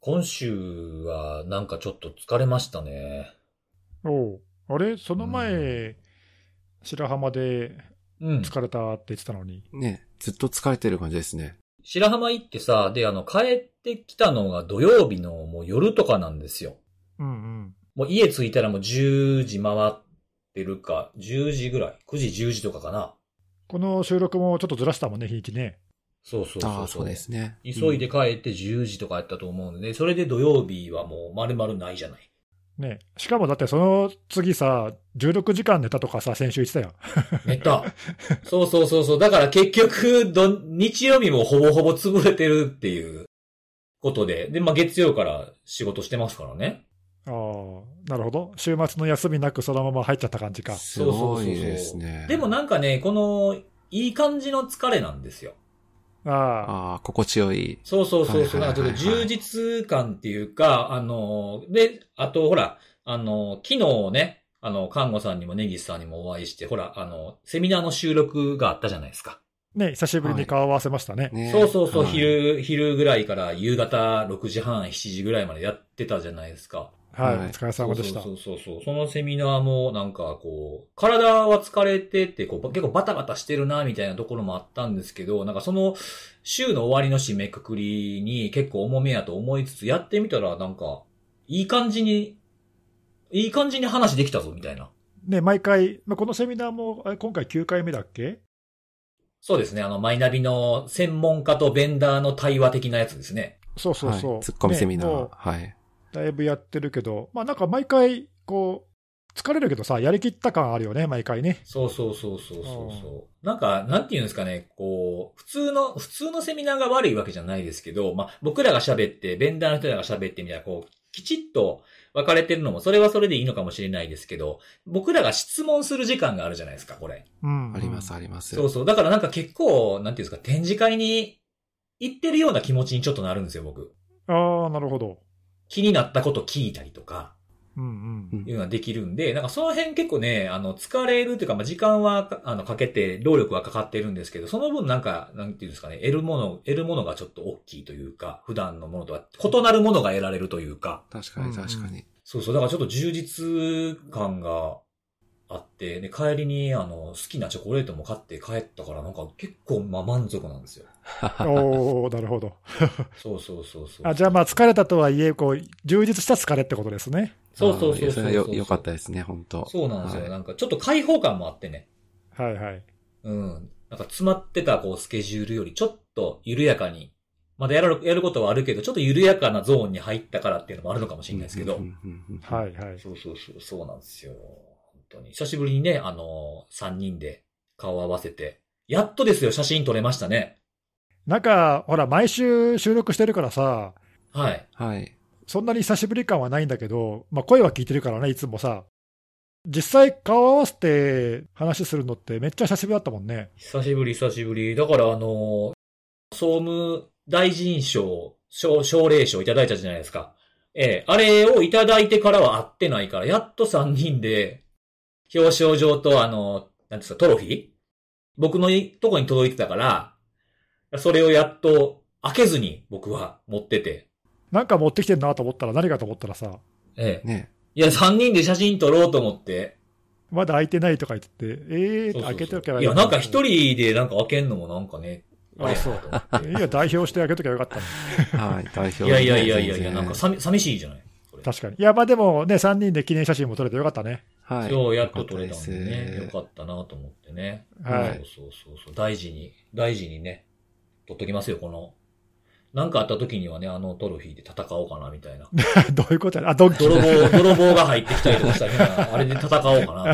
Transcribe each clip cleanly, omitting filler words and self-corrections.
今週はなんかちょっと疲れましたね。 おう、あれそのうん。 前、白浜でうん。 疲れたって言ってたのに。 ね、ずっと疲れてる感じですね。 白浜行ってさ、で、帰ってきたのが土曜日のもう夜とかなんですよ。 うんうん。 もう家着いたらもう10時回ってるか、10時ぐらい、9時10時とかかな。 この収録もちょっとずらしたもんね、日にちね。 そうそうああ、そうでそうそすね。 う。急いで帰って10時とかやったと思うんで、それで土曜日はもう丸々ないじゃない。 ね。しかもだってその次さ、16時間寝たとかさ、先週言ってたよ。 寝た。そうそうそうそう。だから結局、日曜日もほぼほぼ潰れてるっていうことで。で、まあ月曜から仕事してますからね。 ああ、なるほど。週末の休みなくそのまま入っちゃった感じか。 すそうそうごいですそうそう。 ね。 でもなんかね、この、いい感じの疲れなんですよ。 あああ、心地よい。 そうそうそうそう。なんかちょっと充はいはいはいはい。 実感っていうか、で、あとほら、昨日ね、看護さんにも根岸さんにもお会いして、ほら、セミナーの収録があったじゃないですか。 あ、ね、久しぶりにはい。 顔合わせましたね。 ね、 そうそうそう、 はい。 昼ぐらいから夕方6時半、7時ぐらいまでやってたじゃないですか。 はい、おはい。 疲れそう様でした。 そうそうそうそう。そのセミナーもなんかこう、体は疲れてて、こう、結構バタバタしてるな、みたいなところもあったんですけど、なんかその週の終わりの締めくくりに結構重めやと思いつつ、やってみたらなんか、いい感じに、いい感じに話できたぞ、みたいな。 ね、毎回、このセミナーも今回9回目だっけ？ そうですね、マイナビの専門家とベンダーの対話的なやつですね。 そうそうはい。 そツッコう。ね、 ミセミナー。 もはい。 うだいぶやってるけど、まあなんか毎回、こう、疲れるけどさ、やりきった感あるよね、毎回ね。 そうそうそうそうそううんそう。なんか、なんていうんですかね、こう、普通のセミナーが悪いわけじゃないですけど、まあ、僕らが喋って、ベンダーの人らが喋ってみたいな、こう、きちっと分かれてるのも、それはそれでいいのかもしれないですけど、僕らが質問する時間があるじゃないですか、これ。 うんあります、 うん。 あります。 そうそう。だからなんか結構、なんていうんですか、展示会に行ってるような気持ちにちょっとなるんですよ、僕。 ああ、なるほど。 気になったこと聞いたりとか。 うんうん。 うん。 いうのができるんで、なんかその辺結構ね、疲れるというか、まあ、時間は、かけて、労力はかかってるんですけど、その分なんか、なんていうんですかね、得るものがちょっと大きいというか、普段のものとは異なるものが得られるというか、 確かに、 うんうん。 確かに。 そうそう、だからちょっと充実感があって、で、帰りに、好きなチョコレートも買って帰ったから、なんか結構、まあ、満足なんですよ。 おお、なるほど。 そうそうそうそうあ、じゃあまあ疲そうそう。 れたとはいえ、こう、充実した疲れってことですね。 ああ、いや、 そうそうそうそれは良そうそうそう。 かったですね、本当。 そうなんですよ。 はい。 なんかちょっと開放感もあってね。 はいはい。 うん。なんか詰まってたこうスケジュールよりちょっと緩やかに、まだやることはあるけど、ちょっと緩やかなゾーンに入ったからっていうのもあるのかもしれないですけど。 はいはい。 そうそうそう、そうなんですよ。本当に。久しぶりにね、3人で顔を合わせて。やっとですよ、写真撮れましたね。 なんか、ほら、毎週収録してるからさ、 はい。 はい。 そんなに久しぶり感はないんだけど、まあ声は聞いてるからね、いつもさ。実際顔合わせて話するのってめっちゃ久しぶりだったもんね。 久しぶり、久しぶり。だから総務大臣賞、奨励賞いただいたじゃないですか。あれをいただいてからは会ってないから、やっと3人で、表彰状となんですか、トロフィー僕のとこに届いてたから、それをやっと開けずに僕は持ってて。 なんか持ってきてんなと思ったら、何かと思ったらさ、 ええ。 ね。 いや、3人で写真撮ろうと思って。 まだ開いてないとか言ってて、開けておそうそうそう。いや、 けばよかったなんか一人でなんか開けんのもなんかね、あれあ、 やそなと思って。 う。いや、代表して開けとけばよかったのに。 はい。代表いやいやでね、 いやいやいや、なんか全然。 寂しいじゃないこれ。 確かに。いや、まあでもね、3人で記念写真も撮れてよかったね。 はい。 今日やっよかったでと撮れたんでね、よす。 かったなと思ってね。 はい。 そうそうそうそう、大事にね、撮っときますよ、なんかあった時にはね、あのトロフィーで戦おうかな、みたいな。 どういうことやね。あ、ドンキ。 泥棒が入ってきたりとかしたら、あれで戦おうかな、と思って。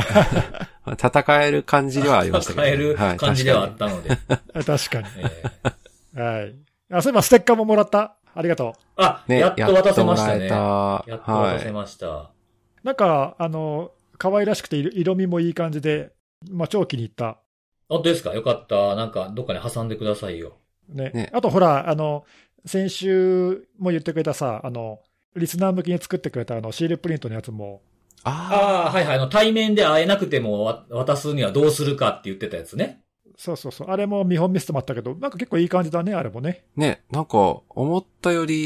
戦える感じではありましたけど、ね。 戦えるはい。 感じではあったので。 確かに。 えはい。あ、そういえばステッカーももらった。ありがとね、 やっと渡せましたね。 やっともらえた。 やっと渡せはい。 ました。 う。なんか、可愛らしくて色味もいい感じで、まあ、超気に入った。 本当ですかよかった。なんか、どっかに挟んでくださいよ。 ね。 ね。 あとほら、先週も言ってくれたさ、リスナー向けに作ってくれたシールプリントのやつも、 ああ、はいはい。 あ対面で会えなくても渡すにはどうするかって言ってたやつね。 そうそうそう。あれも見本見せてもらったけど、なんか結構いい感じだね、あれもね。 ね、なんか、思ったより、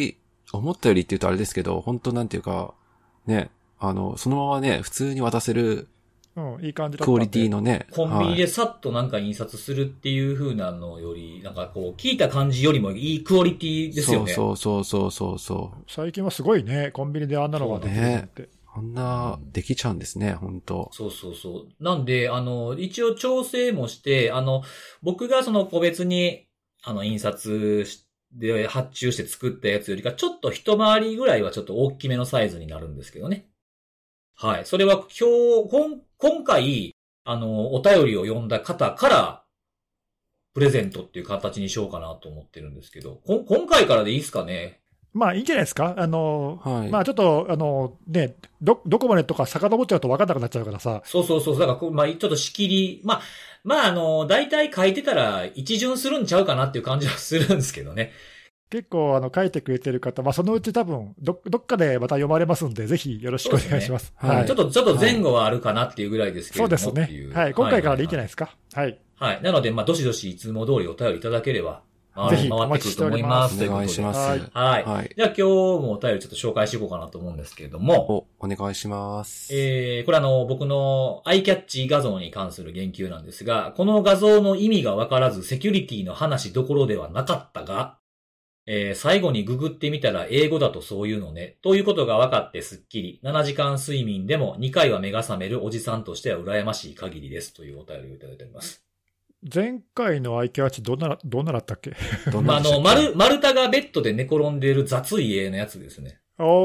思ったよりって言うとあれですけど、本当なんていうか、ね、そのままね、普通に渡せる、 いい感じだったんで。 クオリティのね。 コンビニでさっとなんか印刷するっていう風なのより、なんかこう、聞いた感じよりもいいクオリティですよね。 そう。 最近はすごいね、コンビニであんなのができるって。 あんな、できちゃうんですね、本当。 そう。なんで、一応調整もして、僕がその個別に、印刷で発注して作ったやつよりか、ちょっと一回りぐらいはちょっと大きめのサイズになるんですけどね。はい。それは今回、お便りを読んだ方から、プレゼントっていう形にしようかなと思ってるんですけど、今回からでいいですかね。 まあいいんじゃないですか。 はい、 まあちょっと、ね、どこまでとか遡っちゃうと分かんなくなっちゃうからさ。 そう。だから、まあちょっと仕切り、まあ大体書いてたら一巡するんちゃうかなっていう感じはするんですけどね。 結構書いてくれてる方、まあそのうち多分どっかでまた読まれますんで、ぜひよろしくお願いします。 はい。 ちょっと前後はあるかなっていうぐらいですけれども。 そうですね。はい。今回からでいいんじゃないですか。はい。 はい。なので、まあどしどしいつも通りお便りいただければ、 ぜひ回ってくると思います。 お願いします。 はい。じゃあ今日もお便りちょっと紹介していこうかなと思うんですけれども。 お願いします。 これ僕のアイキャッチ画像に関する言及なんですが、この画像の意味がわからずセキュリティの話どころではなかったが、最後にググってみたら英語だとそういうのね。ということが分かってすっきり。7時間睡眠でも2回は目が覚めるおじさんとしては羨ましい限りです。というお便りをいただいております。 前回のアイキャッチどんなだったっけ？ 丸太がベッドで寝転んでいる雑い絵のやつですね。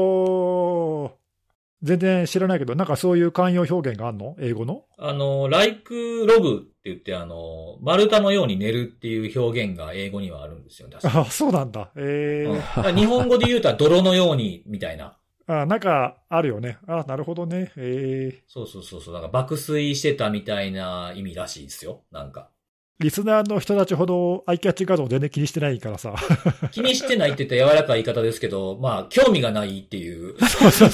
全然知らないけど、なんかそういう慣用表現があるの？英語の like log って言って、丸太のように寝るっていう表現が英語にはあるんですよね。 そうなんだ。 日本語で言うと泥のように、みたいな。 なんかあるよね。なるほどね。 そう。なんか爆睡してたみたいな意味らしいですよ。なんか。 リスナーの人たちほどアイキャッチ画像全然気にしてないからさ。 気にしてないって言ったら柔らかい言い方ですけど、まあ、興味がないっていう。 そう。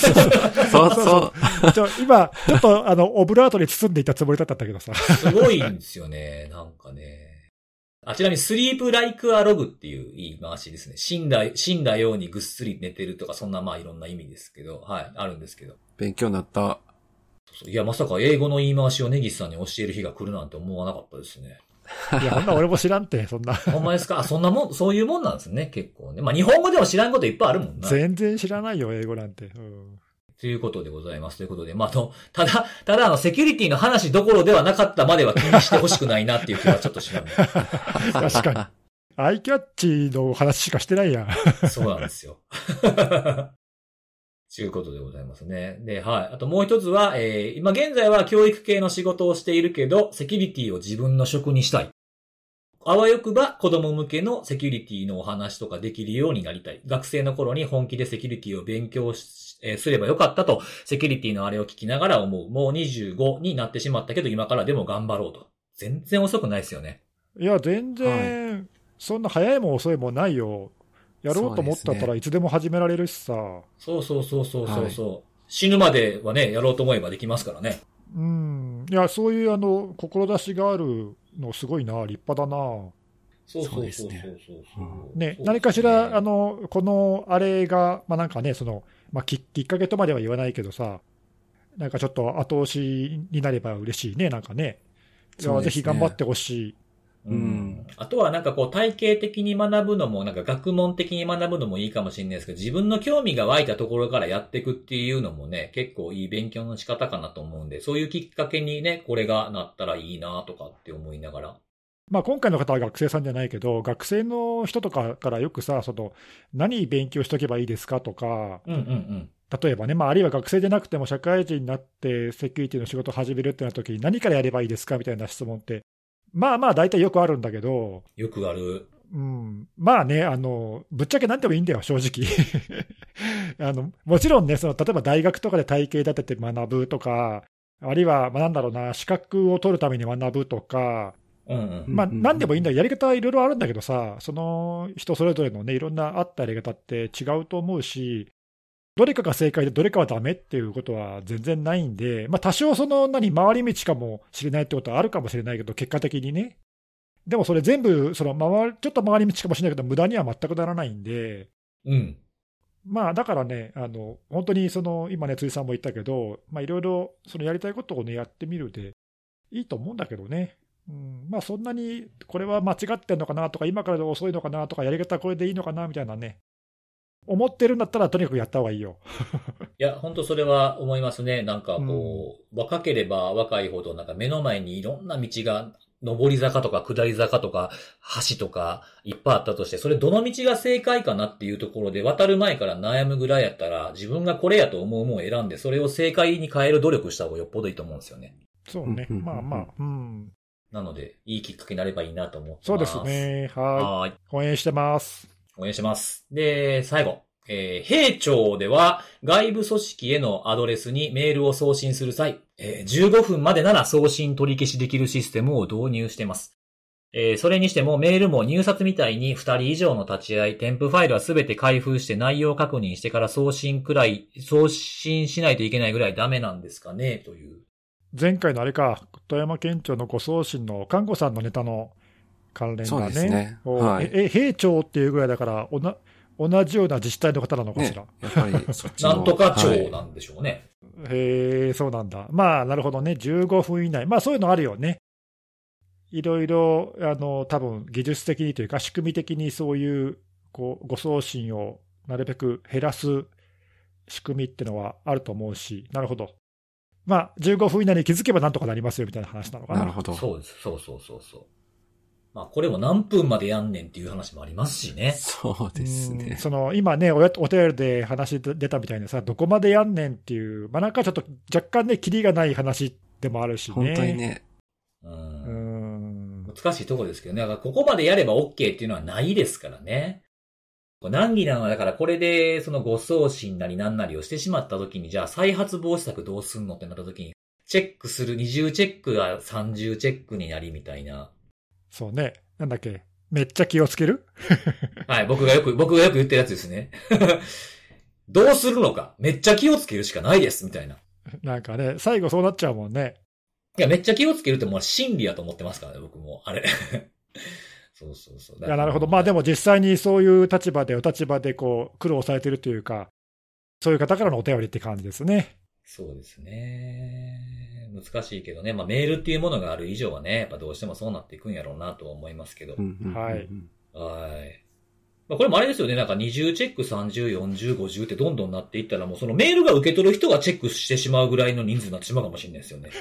今、ちょっとオブラートに包んでいたつもりだったんだけどさ。 すごいんですよね。なんかね。ちなみに、スリープライクアログっていう言い回しですね。死んだようにぐっすり寝てるとか、そんなまあいろんな意味ですけど、はい、あるんですけど。 勉強になった。 いや、まさか英語の言い回しを根岸さんに教える日が来るなんて思わなかったですね。 いや、そんな俺も知らんて、そんな。 ほんまですか？そういうもんなんですね、結構ね。まあ日本語でも知らんこといっぱいあるもんな。 全然知らないよ、英語なんて。 ということでございます。ということで、まあただセキュリティの話どころではなかったまでは気にしてほしくないなっていう気はちょっとします。 確かに。アイキャッチの話しかしてないやん。 そうなんですよ。ということでございますね。で、はい。あともう一つは、今現在は教育系の仕事をしているけど、セキュリティを自分の職にしたい。あわよくば子供向けのセキュリティのお話とかできるようになりたい。学生の頃に本気でセキュリティを勉強すればよかったと、セキュリティのあれを聞きながら思う。もう25になってしまったけど、今からでも頑張ろうと。全然遅くないですよね。 いや、全然、そんな早いも遅いもないよ。やろうと思ったらいつでも始められるしさ。 そう。死ぬまではね、やろうと思えばできますからね。 いや、そういう志があるのすごいな、立派だな。 そうですね。 ね、何かしら、このあれが、まあなんかね、きっかけとまでは言わないけどさ、なんかちょっと後押しになれば嬉しいね、なんかね。ぜひ頑張ってほしい。 あとはなんかこう体系的に学ぶのもなんか学問的に学ぶのもいいかもしれないですけど、自分の興味が湧いたところからやっていくっていうのもね、結構いい勉強の仕方かなと思うんで、そういうきっかけにね、これがなったらいいなとかって思いながら。 まあ今回の方は学生さんじゃないけど、学生の人とかからよくさ、何勉強しとけばいいですかとか、例えばね、あるいは学生でなくても社会人になってセキュリティの仕事を始めるってなった時に何からやればいいですかみたいな質問って、まあ大体よくあるんだけど。 よくある。 まあね、ぶっちゃけ何でもいいんだよ、正直。もちろんね、例えば大学とかで体系立てて学ぶとか、あるいは、なんだろうな、資格を取るために学ぶとか、何でもいいんだよ。やり方はいろいろあるんだけどさ、その人それぞれのね、いろんなあったやり方って違うと思うし、どれかが正解でどれかはダメっていうことは全然ないんで、多少回り道かもしれないってことはあるかもしれないけど、結果的にね。でもそれ全部、ちょっと回り道かもしれないけど、無駄には全くならないんで、 まあだからね、本当に今ね、辻さんも言ったけど、まあいろいろやりたいことをね、やってみるでいいと思うんだけどね。まあそんなにこれは間違ってんのかなとか、今からで遅いのかなとか、やり方これでいいのかなみたいなね、思ってるんだったらとにかくやった方がいいよ。 いや、本当それは思いますね。なんか若ければ若いほど、なんか目の前にいろんな道が、上り坂とか下り坂とか橋とかいっぱいあったとして、それどの道が正解かなっていうところで渡る前から悩むぐらいやったら、自分がこれやと思うものを選んで、それを正解に変える努力した方がよっぽどいいと思うんですよね。 そうね。まあまあ。 なので、いいきっかけになればいいなと思ってます。 そうですね。はい。応援してます。 応援してます。で、最後。弊庁では外部組織へのアドレスにメールを送信する際、15分までなら送信取り消しできるシステムを導入しています。それにしてもメールも入札みたいに2人以上の立ち会い、添付ファイルはすべて開封して内容確認してから送信しないといけないぐらいダメなんですかねという。 前回のあれか、富山県庁のご送信の看護さんのネタの関連だね。 そうですね。はい。 弊庁っていうぐらいだから、同じような自治体の方なのかしら。 ね、やっぱりそっちのなんとか庁なんでしょうね。 はい、へえ、そうなんだ。まあ、なるほどね。15分以内。まあ、そういうのあるよね。いろいろ、多分技術的にというか、仕組み的にそういう、ご送信をなるべく減らす仕組みっていうのはあると思うし、なるほど。まあ、15分以内に気づけばなんとかなりますよみたいな話なのかな。 なるほど。 そうです。そう。まあ、これも何分までやんねんっていう話もありますしね。 そうですね。 今ね、お便りで話出たみたいなさ、どこまでやんねんっていう、まあなんかちょっと若干ね、キリがない話でもあるしね。 本当にね。 難しいところですけどね。だからここまでやれば OK っていうのはないですからね。難儀なのは、だからこれで、ご送信なりなんなりをしてしまった時に、じゃあ再発防止策どうすんのってなった時に、チェックする二重チェックが三重チェックになりみたいな。 そうね。なんだっけ。めっちゃ気をつけるはい、僕がよく言ってるやつですね。どうするのか。めっちゃ気をつけるしかないです、みたいな。 なんかね、最後そうなっちゃうもんね。 いや、めっちゃ気をつけるってもう真理やと思ってますからね、僕も。あれ。そう。 いや、なるほど。まあでも実際にそういうお立場で苦労されてるというか、そういう方からのお便りって感じですね。 そうですね。難しいけどね。まあメールっていうものがある以上はね、やっぱどうしてもそうなっていくんやろうなとは思いますけど。 はい。 まあ、これもあれですよね。なんか20チェック、30、40、50ってどんどんなっていったらもうそのメールが受け取る人がチェックしてしまうぐらいの人数になってしまうかもしれないですよね。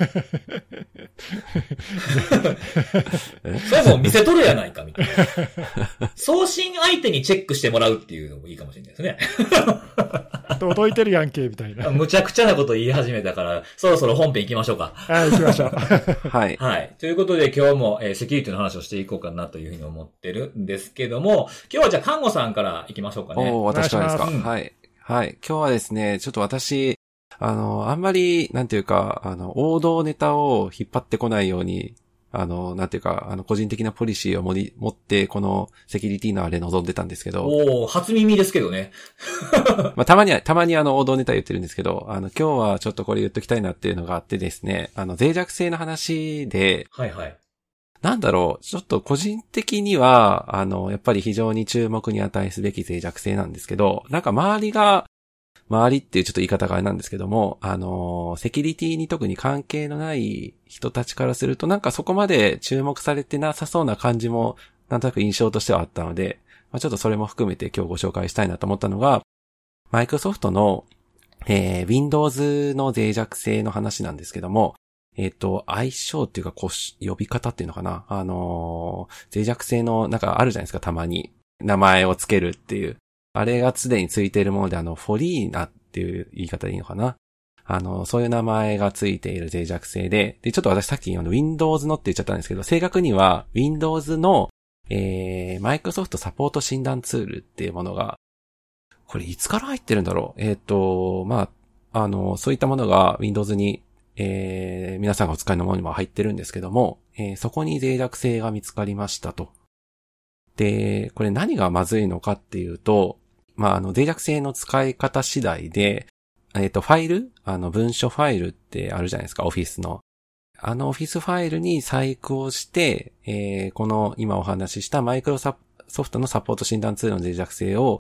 それも見せとるやないかみたいな。送信相手にチェックしてもらうっていうのもいいかもしれないですね。 届いてるやんけみたいな。 むちゃくちゃなこと言い始めたから、そろそろ本編行きましょうか。 はい、行きましょう。 はい。 はい。ということで今日も、セキュリティの話をしていこうかなというふうに思ってるんですけども、今日はじゃあ看護さんから行きましょうかね。 私からですか。はい。はい。今日はですね、ちょっと私、あんまり、なんていうか、王道ネタを引っ張ってこないように、なんていうか、個人的なポリシーを持って、このセキュリティのあれ望んでたんですけど。 初耳ですけどね。 まあ、たまに王道ネタ言ってるんですけど、今日はちょっとこれ言っときたいなっていうのがあってですね、脆弱性の話で、 はいはい。 なんだろう、ちょっと個人的には、やっぱり非常に注目に値すべき脆弱性なんですけど、なんか周りっていうちょっと言い方があれなんですけども、セキュリティに特に関係のない人たちからするとなんかそこまで注目されてなさそうな感じもなんとなく印象としてはあったので、まあ、ちょっとそれも含めて今日ご紹介したいなと思ったのが、マイクロソフトの、Windows の脆弱性の話なんですけども、相性っていうか呼び方っていうのかな、脆弱性のなんかあるじゃないですか、たまに名前をつけるっていう。あれがすでについているもので、フォリーナっていう言い方でいいのかな。そういう名前がついている脆弱性で、ちょっと私さっきWindows のって言っちゃったんですけど、正確には Windows の、Microsoft サポート診断ツールっていうものが、これいつから入ってるんだろう。まあ、そういったものが Windows に、皆さんがお使いのものにも入ってるんですけども、そこに脆弱性が見つかりましたと。で、これ何がまずいのかっていうと、まあ、脆弱性の使い方次第で、ファイル文書ファイルってあるじゃないですか、オフィスの。オフィスファイルに細工をして、この今お話ししたマイクロソフトのサポート診断ツールの脆弱性を、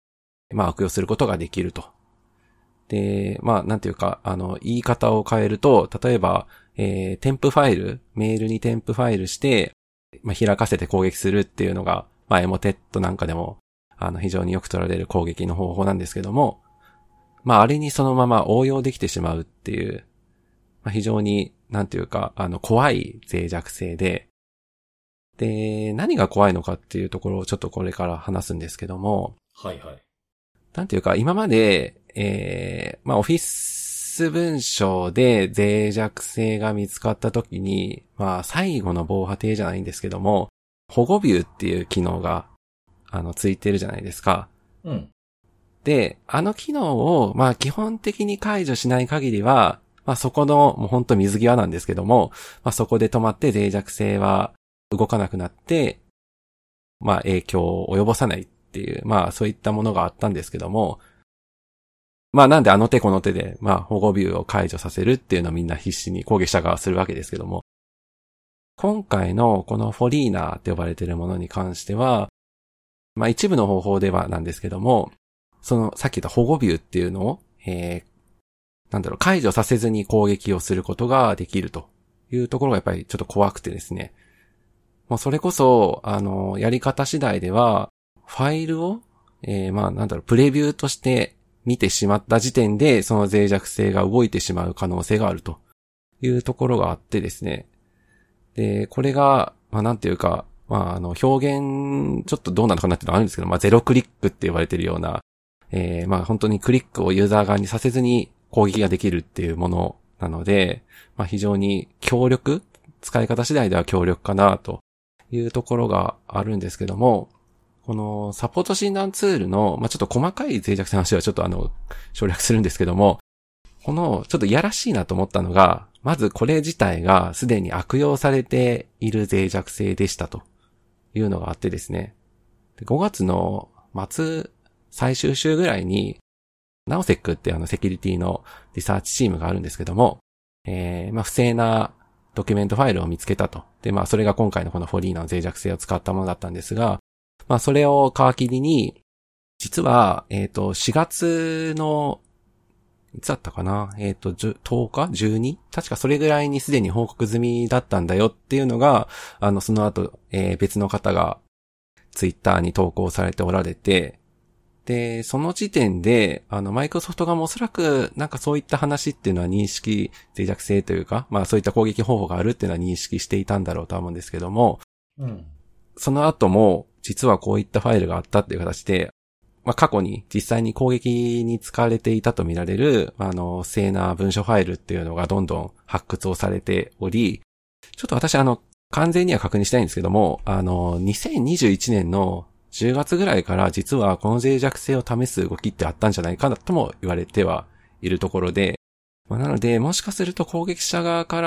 まあ悪用することができると。で、まあなんていうか、言い方を変えると、例えば、添付ファイル、メールに添付ファイルして、まあ開かせて攻撃するっていうのが、まあエモテットなんかでも、非常によく取られる攻撃の方法なんですけども、まああれにそのまま応用できてしまうっていう、まあ非常に、なんていうか、怖い脆弱性で、で、何が怖いのかっていうところをちょっとこれから話すんですけども、 はいはい。 なんていうか、今まで、まあオフィス文章で脆弱性が見つかったときに、まあ最後の防波堤じゃないんですけども、保護ビューっていう機能が、ついてるじゃないですか。 うん。 で、機能を、まあ基本的に解除しない限りは、まあそこの、もうほんと水際なんですけども、まあそこで止まって脆弱性は動かなくなって、まあ影響を及ぼさないっていう、まあそういったものがあったんですけども、まあなんで手この手で、まあ保護ビューを解除させるっていうのをみんな必死に攻撃者側はするわけですけども、今回のこのフォリーナーって呼ばれているものに関しては、まあ一部の方法ではなんですけども、そのさっき言った保護ビューっていうのを、解除させずに攻撃をすることができるというところがやっぱりちょっと怖くてですね。もうそれこそ、やり方次第では、ファイルを、プレビューとして見てしまった時点で、その脆弱性が動いてしまう可能性があるというところがあってですね。で、これが、表現、ちょっとどうなのかなっていうのはあるんですけど、ゼロクリックって言われているような、本当にクリックをユーザー側にさせずに攻撃ができるっていうものなので、非常に使い方次第では強力かなというところがあるんですけども、このサポート診断ツールの、ちょっと細かい脆弱性の話はちょっと省略するんですけども、このちょっといやらしいなと思ったのが、まずこれ自体がすでに悪用されている脆弱性でしたというのがあってですね。5月の末最終週ぐらいに、ナオセックってセキュリティのリサーチチームがあるんですけども、不正なドキュメントファイルを見つけたと。で、それが今回のこのフォリーナの脆弱性を使ったものだったんですが、それを皮切りに、実は、4月の、いつだったかな10日 ?12? 確かそれぐらいにすでに報告済みだったんだよっていうのが、その後、別の方がツイッターに投稿されておられて、で、その時点で、マイクロソフト側もおそらく、そういった話っていうのは脆弱性というか、そういった攻撃方法があるっていうのは認識していたんだろうとは思うんですけども、 うん。 その後も、実はこういったファイルがあったっていう形で、過去に実際に攻撃に使われていたとみられる、不正な文書ファイルっていうのがどんどん発掘をされており、ちょっと私完全には確認したいんですけども、2021年の10月ぐらいから実はこの脆弱性を試す動きってあったんじゃないかなとも言われてはいるところで、なので、もしかすると攻撃者側から、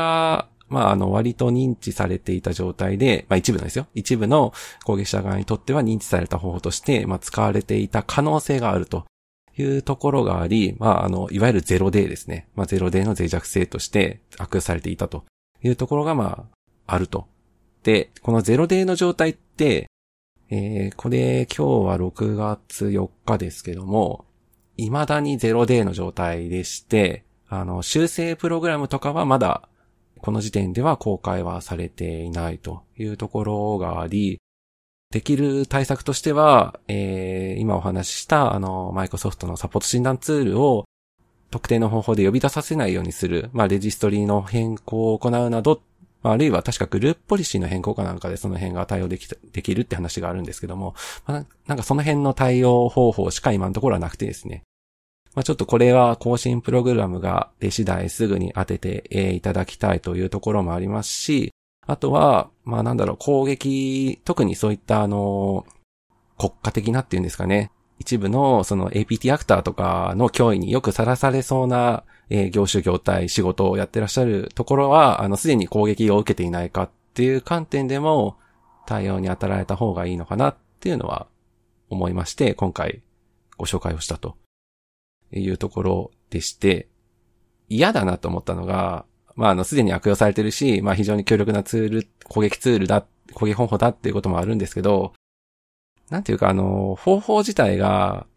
割と認知されていた状態で、一部のですよ。一部の攻撃者側にとっては認知された方法として、使われていた可能性があるというところがあり、いわゆるゼロデーですね。ゼロデーの脆弱性として悪用されていたというところが、あると。で、このゼロデーの状態って、これ今日は6月4日ですけども、未だにゼロデーの状態でして、修正プログラムとかはまだ、この時点では公開はされていないというところがあり、できる対策としては、今お話ししたマイクロソフトのサポート診断ツールを特定の方法で呼び出させないようにする、レジストリの変更を行うなど、あるいは確かグループポリシーの変更かなんかでその辺が対応できるって話があるんですけども、その辺の対応方法しか今のところはなくてですね。ちょっとこれは更新プログラムが出次第すぐに当てていただきたいというところもありますし、あとは、攻撃、特にそういった国家的なっていうんですかね。一部のその APT アクターとかの脅威によくさらされそうな業種業態仕事をやってらっしゃるところは、すでに攻撃を受けていないかっていう観点でも対応に当たられた方がいいのかなっていうのは思いまして、今回ご紹介をしたというところでして、嫌だなと思ったのが、すでに悪用されてるし、非常に強力な攻撃方法だっていうこともあるんですけど、方法自体が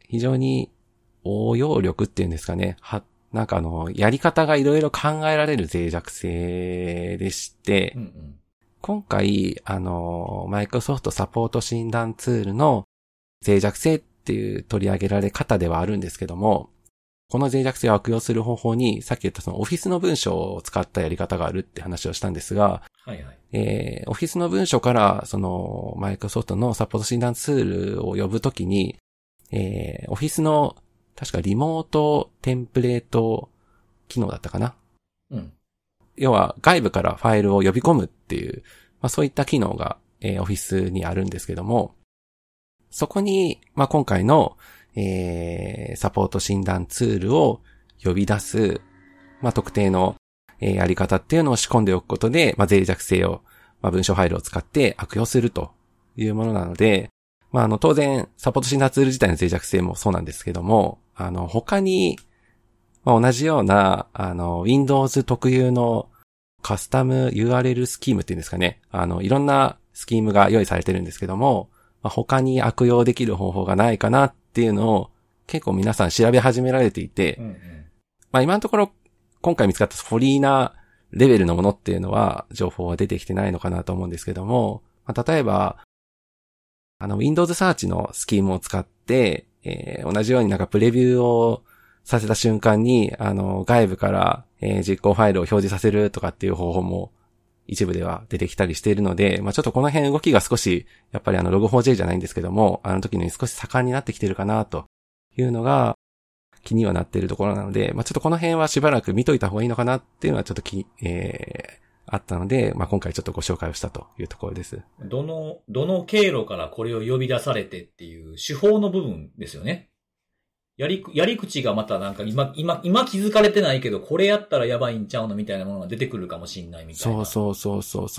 非常に応用力っていうんですかね。なんかやり方がいろいろ考えられる脆弱性でして、 うんうん、 今回、マイクロソフトサポート診断ツールの脆弱性っていう取り上げられ方ではあるんですけども、この脆弱性を悪用する方法に、さっき言ったそのオフィスの文章を使ったやり方があるって話をしたんですが、 はいはい。 オフィスの文章からそのマイクロソフトのサポート診断ツールを呼ぶときに、オフィスの確かリモートテンプレート機能だったかな。 うん。 要は外部からファイルを呼び込むっていう、そういった機能が、オフィスにあるんですけども、そこに、今回の、サポート診断ツールを呼び出す、特定の、やり方っていうのを仕込んでおくことで、脆弱性を、文章ファイルを使って悪用するというものなので、当然、サポート診断ツール自体の脆弱性もそうなんですけども、他に、同じような、Windows 特有のカスタム URL スキームっていうんですかね。いろんなスキームが用意されてるんですけども、他に悪用できる方法がないかなっていうのを結構皆さん調べ始められていて、 うんうん、 今のところ今回見つかったフリーなレベルのものっていうのは情報は出てきてないのかなと思うんですけども、例えば、Windows Search のスキームを使って、同じようになんかプレビューをさせた瞬間に、外部から、実行ファイルを表示させるとかっていう方法も一部では出てきたりしているので、ちょっとこの辺動きが少し、やっぱりLog4j じゃないんですけども、時に少し盛んになってきてるかなというのが気にはなっているところなので、ちょっとこの辺はしばらく見といた方がいいのかなっていうのはちょっとあったので、今回ちょっとご紹介をしたというところです。 どの経路からこれを呼び出されてっていう手法の部分ですよね。やり口がまたなんか今気づかれてないけど、これやったらやばいんちゃうのみたいなものが出てくるかもしんないみたいな。 そう。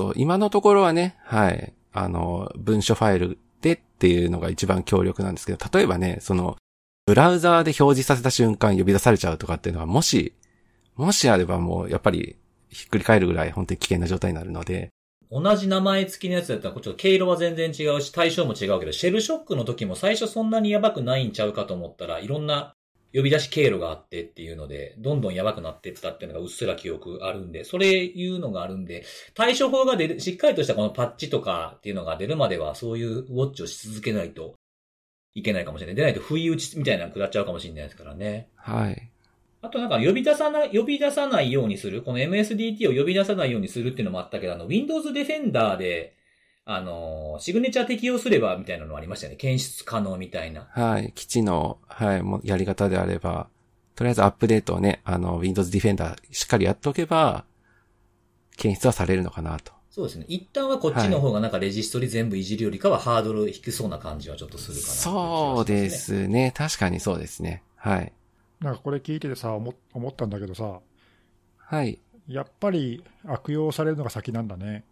今のところはね、はい。文書ファイルでっていうのが一番強力なんですけど、例えばね、ブラウザーで表示させた瞬間呼び出されちゃうとかっていうのはもしあればもうやっぱりひっくり返るぐらい本当に危険な状態になるので。 同じ名前付きのやつだったら、ちょっと経路は全然違うし、対象も違うけど、シェルショックの時も最初そんなにやばくないんちゃうかと思ったら、いろんな呼び出し経路があってっていうので、どんどんやばくなっていったっていうのがうっすら記憶あるんで、それいうのがあるんで、対処法が出る、しっかりとしたこのパッチとかっていうのが出るまでは、そういうウォッチをし続けないといけないかもしれない。出ないと不意打ちみたいなの下っちゃうかもしれないですからね。 はい。 あとなんか呼び出さないようにする、この MSDT を呼び出さないようにするっていうのもあったけど、Windows Defender で、シグネチャー適用すればみたいなのありましたよね。検出可能みたいな。 はい。基地の、はい、もうやり方であれば、とりあえずアップデートをね、Windows Defender しっかりやっておけば、検出はされるのかなと。 そうですね。一旦はこっちの方がなんかレジストリ全部いじるよりかはハードル低そうな感じはちょっとするかな、 そうですね。確かにそうですね。はい。 なんかこれ聞いててさ、思ったんだけどさ、 はい。 やっぱり悪用されるのが先なんだね。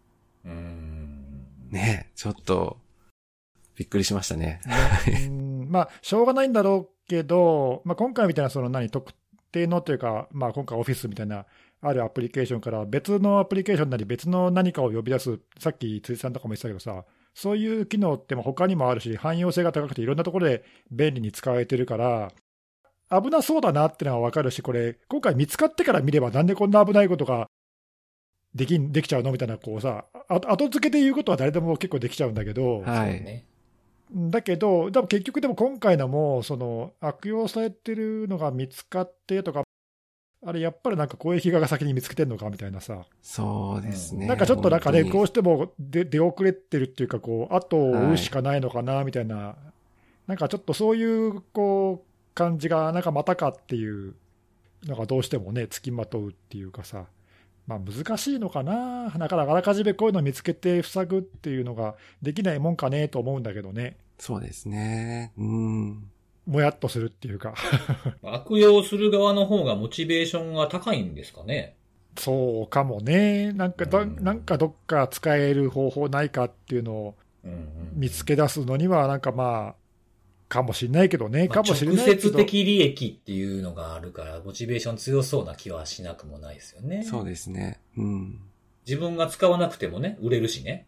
ねえ、ちょっと、びっくりしましたね。 しょうがないんだろうけど、今回みたいな特定のというか、今回オフィスみたいな、あるアプリケーションから別のアプリケーションなり別の何かを呼び出す、さっき辻さんとかも言ってたけどさ、そういう機能って他にもあるし、汎用性が高くていろんなところで便利に使われてるから、危なそうだなってのは分かるし、これ、今回見つかってから見れば、なんでこんな危ないことができちゃうのみたいな、こうさ、後付けで言うことは誰でも結構できちゃうんだけど、 はい。 だけど、結局でも今回のも、悪用されてるのが見つかってとか、あれやっぱりなんか公益側が先に見つけてるのかみたいなさ。 そうですね。 なんかちょっとなんかね、どうしても出遅れてるっていうか、こう、後を追うしかないのかな、みたいな、なんかちょっとそういう、こう、感じが、なんかまたかっていうのがどうしてもね、付きまとうっていうかさ、難しいのかな、だからあらかじめこういうのを見つけて塞ぐっていうのができないもんかねと思うんだけどね。 そうですね。 もやっとするっていうか悪用する側の方がモチベーションが高いんですかね。 そうかもね。なんかどっか使える方法ないかっていうのを見つけ出すのには、なんかかもしれないけどね。かもしれないけど。 直接的利益っていうのがあるから、モチベーション強そうな気はしなくもないですよね。 そうですね。 自分が使わなくてもね、売れるしね。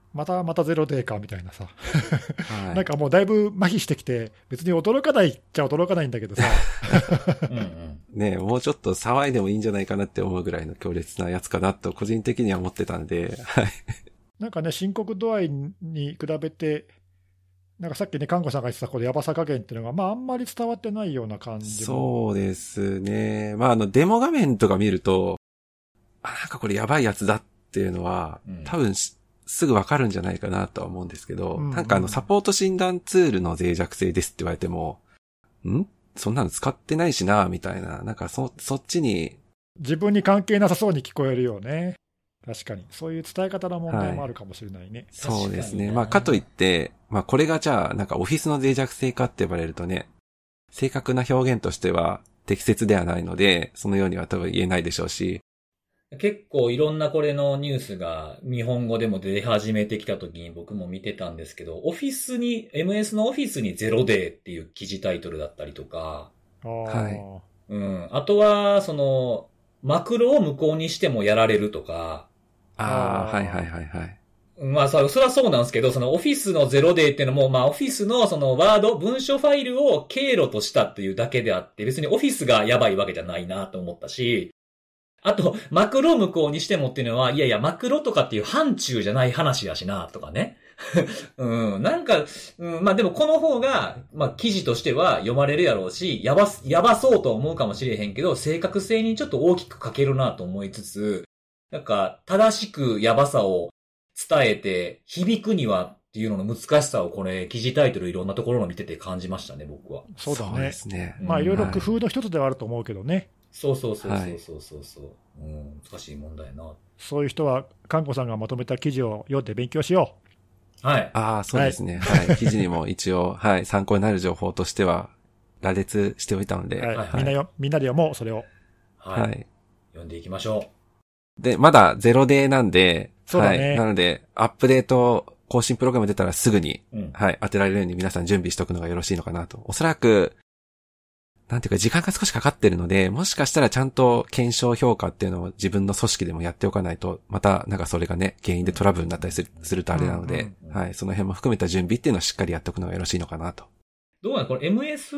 またゼロデーかみたいなさ、 はい。 なんかもうだいぶ麻痺してきて、別に驚かないっちゃ驚かないんだけどさ、 うんうん。 ねもうちょっと騒いでもいいんじゃないかなって思うぐらいの強烈なやつかなと個人的には思ってたんで、はい。 なんかね、深刻度合いに比べて、なんかさっきね、看護さんが言ってたこのやばさ加減っていうのが、まあ、あんまり伝わってないような感じも。 そうですね。まあ、デモ画面とか見ると、なんかこれやばいやつだっていうのは、多分すぐわかるんじゃないかなとは思うんですけど、なんかサポート診断ツールの脆弱性ですって言われても、そんなの使ってないしな、みたいな、なんかそっちに。 自分に関係なさそうに聞こえるよね。確かに。そういう伝え方の問題もあるかもしれないね。 そうですね。まあ、かといって、まあ、これがじゃあ、なんかオフィスの脆弱性かって言われるとね、正確な表現としては適切ではないので、そのようには多分言えないでしょうし。 結構いろんなこれのニュースが日本語でも出始めてきた時に僕も見てたんですけど、MS のオフィスにゼロデーっていう記事タイトルだったりとか、 はい。 あとは、マクロを無効にしてもやられるとか、 はいはいはいはい。 まあそれはそうなんですけど、そのオフィスのゼロデーっていうのも、まあオフィスのそのワード、文書ファイルを経路としたっていうだけであって、別にオフィスがやばいわけじゃないなと思ったし、あと、マクロ無効にしてもっていうのは、いやいや、マクロとかっていう範疇じゃない話やしな、とかね。なんか、まあでもこの方が、まあ記事としては読まれるやろうし、やばそうと思うかもしれへんけど、正確性にちょっと大きく欠けるなと思いつつ、なんか、正しくやばさを伝えて、響くにはっていうのの難しさをこれ、記事タイトルいろんなところの見てて感じましたね、僕は。 そうだね。 そうですね。 まあいろいろ工夫の一つではあると思うけどね。 そう。難しい問題やな。 そういう人は、看護さんがまとめた記事を読んで勉強しよう。はい。 そうですね。はい。記事にも一応、はい、参考になる情報としては、羅列しておいたので。 はい。みんなで読もう、それを。 はい。読んでいきましょう。で、まだゼロデーなんで、 そうだね。 はい。なので、アップデート、更新プログラム出たらすぐに、はい、当てられるように皆さん準備しておくのがよろしいのかなと。おそらく、なんていうか時間が少しかかってるので、もしかしたらちゃんと検証評価っていうのを自分の組織でもやっておかないと、またなんかそれがね、原因でトラブルになったりするとあれなので、はい、その辺も含めた準備っていうのをしっかりやっておくのがよろしいのかなと。 どうなのこれ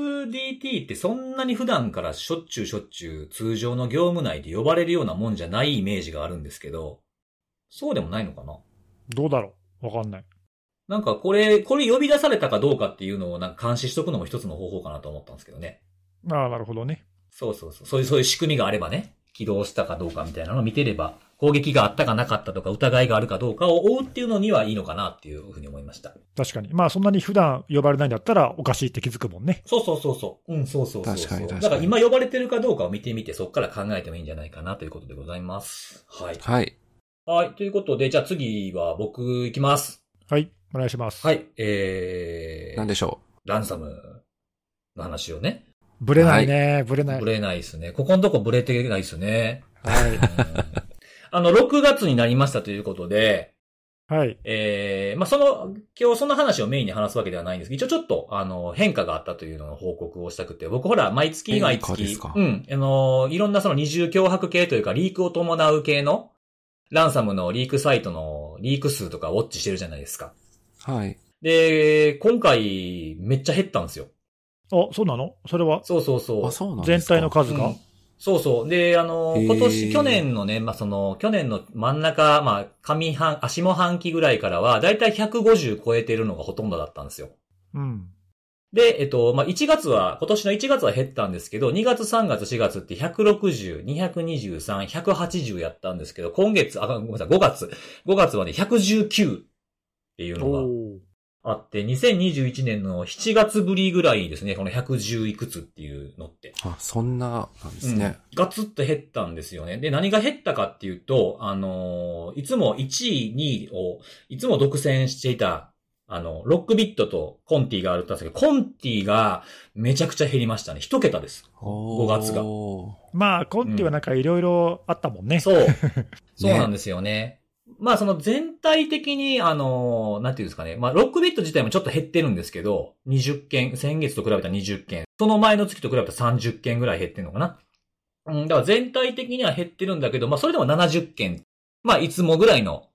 MSDT ってそんなに普段からしょっちゅう通常の業務内で呼ばれるようなもんじゃないイメージがあるんですけど、そうでもないのかな？ どうだろう？わかんない。 なんかこれ呼び出されたかどうかっていうのをなんか監視しとくのも一つの方法かなと思ったんですけどね。 なるほどね。 そう。そういう仕組みがあればね、起動したかどうかみたいなのを見てれば、攻撃があったかなかったとか疑いがあるかどうかを追うっていうのにはいいのかなっていうふうに思いました。 確かに。まあそんなに普段呼ばれないんだったらおかしいって気づくもんね。 そう。そう。 確かに。 だから今呼ばれてるかどうかを見てみて、そこから考えてもいいんじゃないかなということでございます。はい。はい。ということで、じゃあ次は僕行きます。 はい。お願いします。 はい。 何でしょう。ランサムの話をね。 ブレないね、はい、ブレないですね。ここのとこブレてないですね。 はい。 6月になりましたということで、 はい。 まあ、今日その話をメインに話すわけではないんですけど、一応ちょっと、変化があったというのの報告をしたくて、僕ほら、毎月、いろんなその二重脅迫系というか、リークを伴う系の、ランサムのリークサイトのリーク数とかウォッチしてるじゃないですか。 はい。 で、今回、めっちゃ減ったんですよ。 そうなの？それは？ そう。 そうなんですか？ 全体の数が？ そう。で、去年のね、まあ、去年の真ん中、まあ、下半期ぐらいからは、だいたい150超えてるのがほとんどだったんですよ。で、まあ、今年の1月は減ったんですけど、2月、3月、4月って160、223、180やったんですけど、ごめんなさい、5月はね、119っていうのがあって、2021年の7月ぶりぐらいですね、この110いくつっていうのって。 そんな、なんですね。 ガツッと減ったんですよね。で、何が減ったかっていうと、いつも1位、2位を、いつも独占していた、ロックビットとコンティがあるって言ったんですけど、コンティがめちゃくちゃ減りましたね。1桁です。5月が。 まあ、コンティはなんかいろいろあったもんね。 そうなんですよね。まあその全体的になんていうんですかね。まあロックビット自体もちょっと減ってるんですけど、20件、先月と比べたら20件、その前の月と比べたら30件ぐらい減ってるのかな。だから全体的には減ってるんだけど、まあそれでも70件。まあいつもぐらいの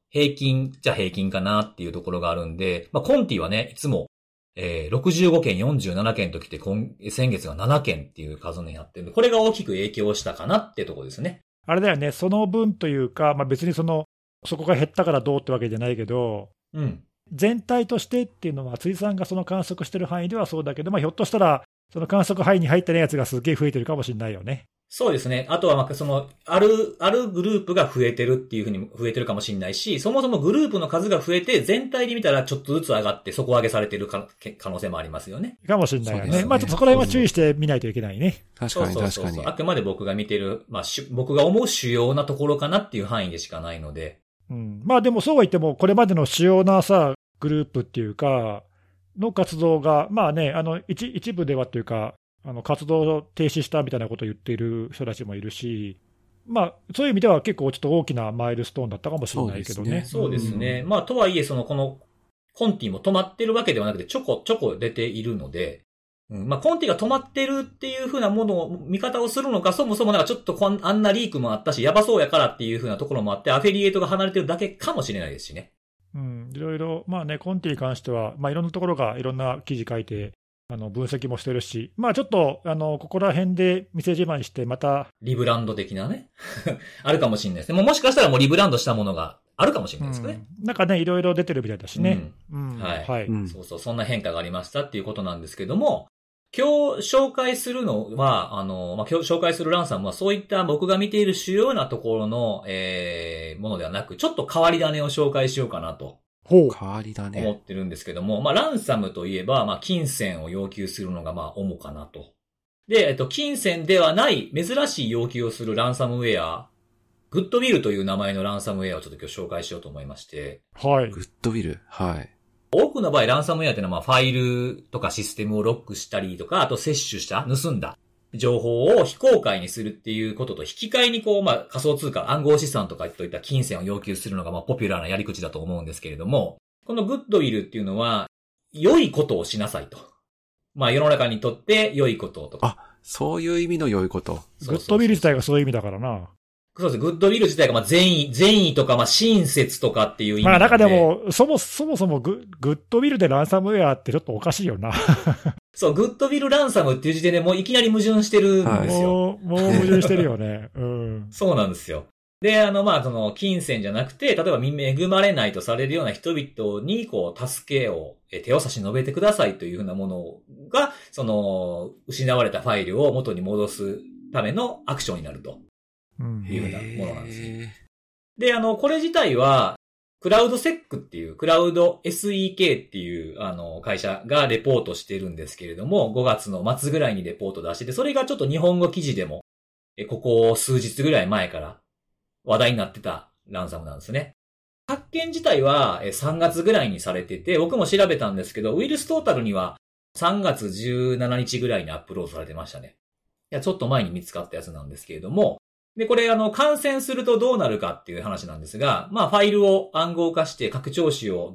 平均じゃ平均かなっていうところがあるんで、まあ、コンティはね、いつも、65件、47件ときて、先月が7件っていう数になってるんで、これが大きく影響したかなってところですね。 あれだよね、その分というか、まあ、別にそこが減ったからどうってわけじゃないけど、 うん。 全体としてっていうのは、辻さんがその観測してる範囲ではそうだけど、まあ、ひょっとしたら、その観測範囲に入ってないやつがすげえ増えてるかもしれないよね。 そうですね。あとは、まあ、あるグループが増えてるっていうふうに増えてるかもしれないし、そもそもグループの数が増えて、全体で見たらちょっとずつ上がって底上げされてる可能性もありますよね。 かもしれないよね。 そうですねまあ、ちょっとそこら辺は注意して見ないといけないね。 確かにそう確かに。 あくまで僕が見てる、まあ、僕が思う主要なところかなっていう範囲でしかないので。 うん、まあでもそうは言っても、これまでの主要なさ、グループっていうか、の活動が、まあね、一部ではというか、活動を停止したみたいなことを言っている人たちもいるし、まあ、そういう意味では結構ちょっと大きなマイルストーンだったかもしれないけどね。 そうですね。まあ、とはいえ、この、コンティも止まってるわけではなくて、ちょこ出ているので、まあ、コンティが止まってるっていう風なものを、見方をするのか、そもそもなんかちょっとあんなリークもあったし、やばそうやからっていう風なところもあって、アフィリエイトが離れてるだけかもしれないですしね。 いろいろ、まあね、コンティに関しては、まあいろんなところがいろんな記事書いて、分析もしてるし、まあちょっと、ここら辺で店じまいして、また。 リブランド的なね。あるかもしれないですね。もしかしたらもうリブランドしたものがあるかもしれないですね。 なんかね、いろいろ出てるみたいだしね。 はい。そう、そんな変化がありましたっていうことなんですけども、今日紹介するのは、今日紹介するランサムはそういった僕が見ている主要なところの、ものではなく、ちょっと変わり種を紹介しようかなと。 変わり種。 思ってるんですけども、まあ、ランサムといえば、まあ、金銭を要求するのが、まあ、主かなと。で、金銭ではない珍しい要求をするランサムウェア、グッドウィルという名前のランサムウェアをちょっと今日紹介しようと思いまして。 はい。 グッドウィル。はい。 多くの場合、ランサムウェアっていうのは、まあ、ファイルとかシステムをロックしたりとか、あと窃取した、盗んだ情報を非公開にするっていうことと引き換えにまあ、仮想通貨、暗号資産とかといった金銭を要求するのが、まあ、ポピュラーなやり口だと思うんですけれども、このグッドウィルっていうのは、良いことをしなさいと。まあ、世の中にとって良いこととか。 そういう意味の良いこと。 グッドウィル自体がそういう意味だからな。 そうです。グッドウィル自体が、まあ、善意とか、まあ、親切とかっていう意味なんで。 まあ、中でも、そもそもグッドウィルでランサムウェアってちょっとおかしいよな。 そう、グッドウィルランサムっていう時点でもういきなり矛盾してるんですよ。 もう矛盾してるよね。 そうなんですよ。で、まあ、金銭じゃなくて、例えば恵まれないとされるような人々に、助けを、手を差し伸べてくださいというふうなものが、失われたファイルを元に戻すためのアクションになると。いうふうなものなんですよ。で、これ自体は、クラウドセックっていう、クラウド SEK っていう、会社がレポートしてるんですけれども、5月の末ぐらいにレポート出してて、それがちょっと日本語記事でも、ここ数日ぐらい前から話題になってたランサムなんですね。発見自体は3月ぐらいにされてて、僕も調べたんですけど、ウイルストータルには3月17日ぐらいにアップロードされてましたね。いや、ちょっと前に見つかったやつなんですけれども、で、これ感染するとどうなるかっていう話なんですが、まあ、ファイルを暗号化して拡張子を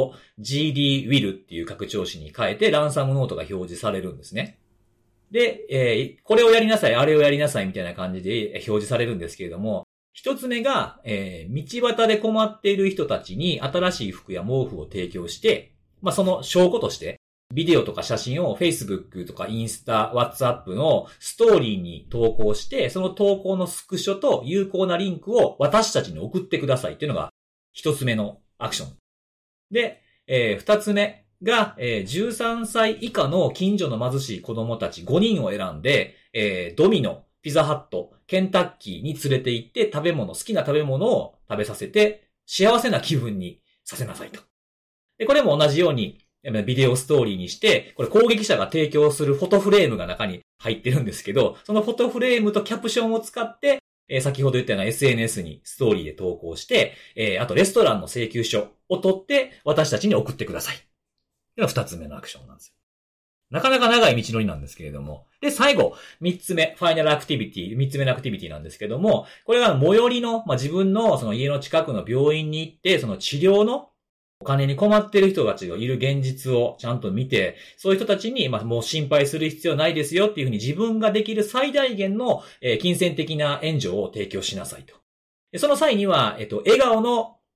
.gdwill っていう拡張子に変えてランサムノートが表示されるんですね。で、これをやりなさい、あれをやりなさいみたいな感じで表示されるんですけれども、一つ目が、道端で困っている人たちに新しい服や毛布を提供して、まあ、その証拠として、ビデオとか写真を Facebook とかインスタ、WhatsApp のストーリーに投稿して、その投稿のスクショと有効なリンクを私たちに送ってくださいっていうのが一つ目のアクション。で、二つ目が、13歳以下の近所の貧しい子供たち5人を選んで、ドミノ、ピザハット、ケンタッキーに連れて行って好きな食べ物を食べさせて幸せな気分にさせなさいと。で、これも同じようにビデオストーリーにして、これ攻撃者が提供するフォトフレームが中に入ってるんですけど、そのフォトフレームとキャプションを使って、先ほど言ったような SNS にストーリーで投稿して、あとレストランの請求書を取って私たちに送ってください。これが二つ目のアクションなんですよ。なかなか長い道のりなんですけれども。で、最後、三つ目、ファイナルアクティビティ、三つ目のアクティビティなんですけども、これは最寄りの、自分のその家の近くの病院に行って、その治療のお金に困っている人たちがいる現実をちゃんと見て、そういう人たちに、もう心配する必要ないですよっていうふうに自分ができる最大限の、金銭的な援助を提供しなさいと。その際には、笑顔の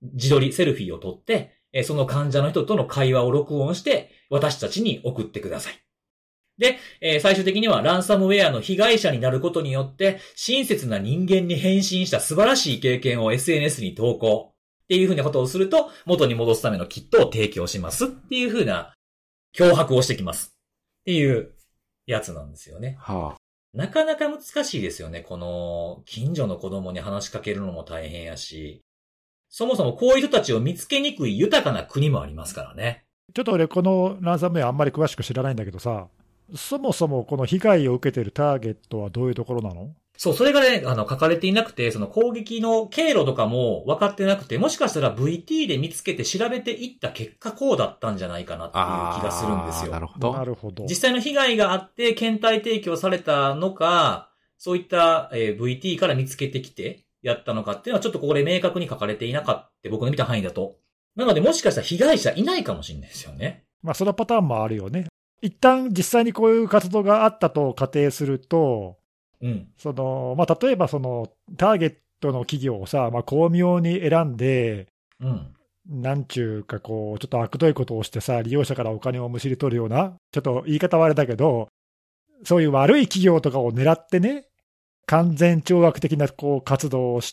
自撮り、セルフィーを撮って、その患者の人との会話を録音して、私たちに送ってください。で、最終的にはランサムウェアの被害者になることによって、親切な人間に変身した素晴らしい経験を SNS に投稿っていうふうなことをすると、元に戻すためのキットを提供しますっていうふうな脅迫をしてきますっていうやつなんですよね。 はあ、 なかなか難しいですよね。この、近所の子供に話しかけるのも大変やし、そもそもこういう人たちを見つけにくい豊かな国もありますからね。 ちょっと俺、このランサムウェアあんまり詳しく知らないんだけどさ、そもそもこの被害を受けているターゲットはどういうところなの？ そう、それがね、書かれていなくて、その攻撃の経路とかも分かってなくて、もしかしたら VT で見つけて調べていった結果こうだったんじゃないかなっていう気がするんですよ。 なるほど。 なるほど。 実際の被害があって検体提供されたのか、そういった、VT から見つけてきてやったのかっていうのはちょっとここで明確に書かれていなかった、僕の見た範囲だと。なのでもしかしたら被害者いないかもしれないですよね。 まあそのパターンもあるよね。一旦実際にこういう活動があったと仮定すると、 うん。 まあ例えばそのターゲットの企業をさ、まあ巧妙に選んで、 うん。 なんちゅうかこう、ちょっと悪どいことをしてさ、利用者からお金をむしり取るような、ちょっと言い方はあれだけど、そういう悪い企業とかを狙ってね、完全懲悪的なこう活動をして、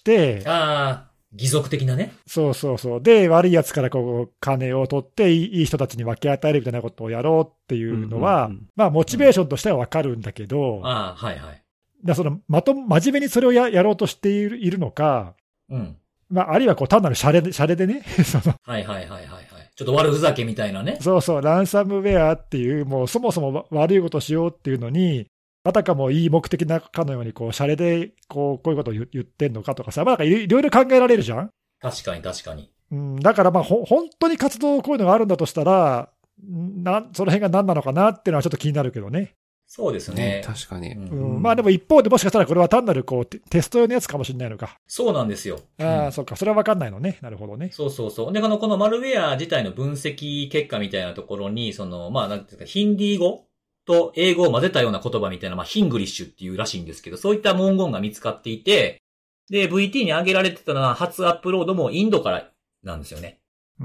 ああ、義足的なね。 そうそうそう。で、悪い奴からこう、金を取って、いい人たちに分け与えるみたいなことをやろうっていうのは、まあ、モチベーションとしてはわかるんだけど、 ああ、はいはい。 その、真面目にそれをやろうとしているのか、 うん。 まあ、あるいはこう、単なるシャレでね、 はいはいはいはいはい。ちょっと悪ふざけみたいなね。 そうそう、ランサムウェアっていう、もうそもそも悪いことをしようっていうのに、あたかもいい目的なかのように、こう、シャレで、こういうことを言ってんのかとかさ、まあ、いろいろ考えられるじゃん。 確かに確かに。 うん、だからまあ、本当に活動、こういうのがあるんだとしたら、その辺が何なのかなっていうのはちょっと気になるけどね。 そうですね。 確かに。 まあでも一方でもしかしたらこれは単なるこうテスト用のやつかもしれないのか。 そうなんですよ。 ああ、そうか。それは分かんないのね。なるほどね。 そうそうそう。で、このマルウェア自体の分析結果みたいなところに、まあ、なんていうか、ヒンディー語と英語を混ぜたような言葉みたいな、まあ、ヒングリッシュっていうらしいんですけど、そういった文言が見つかっていて、で、VT に上げられてたのは初アップロードもインドからなんですよね。うん。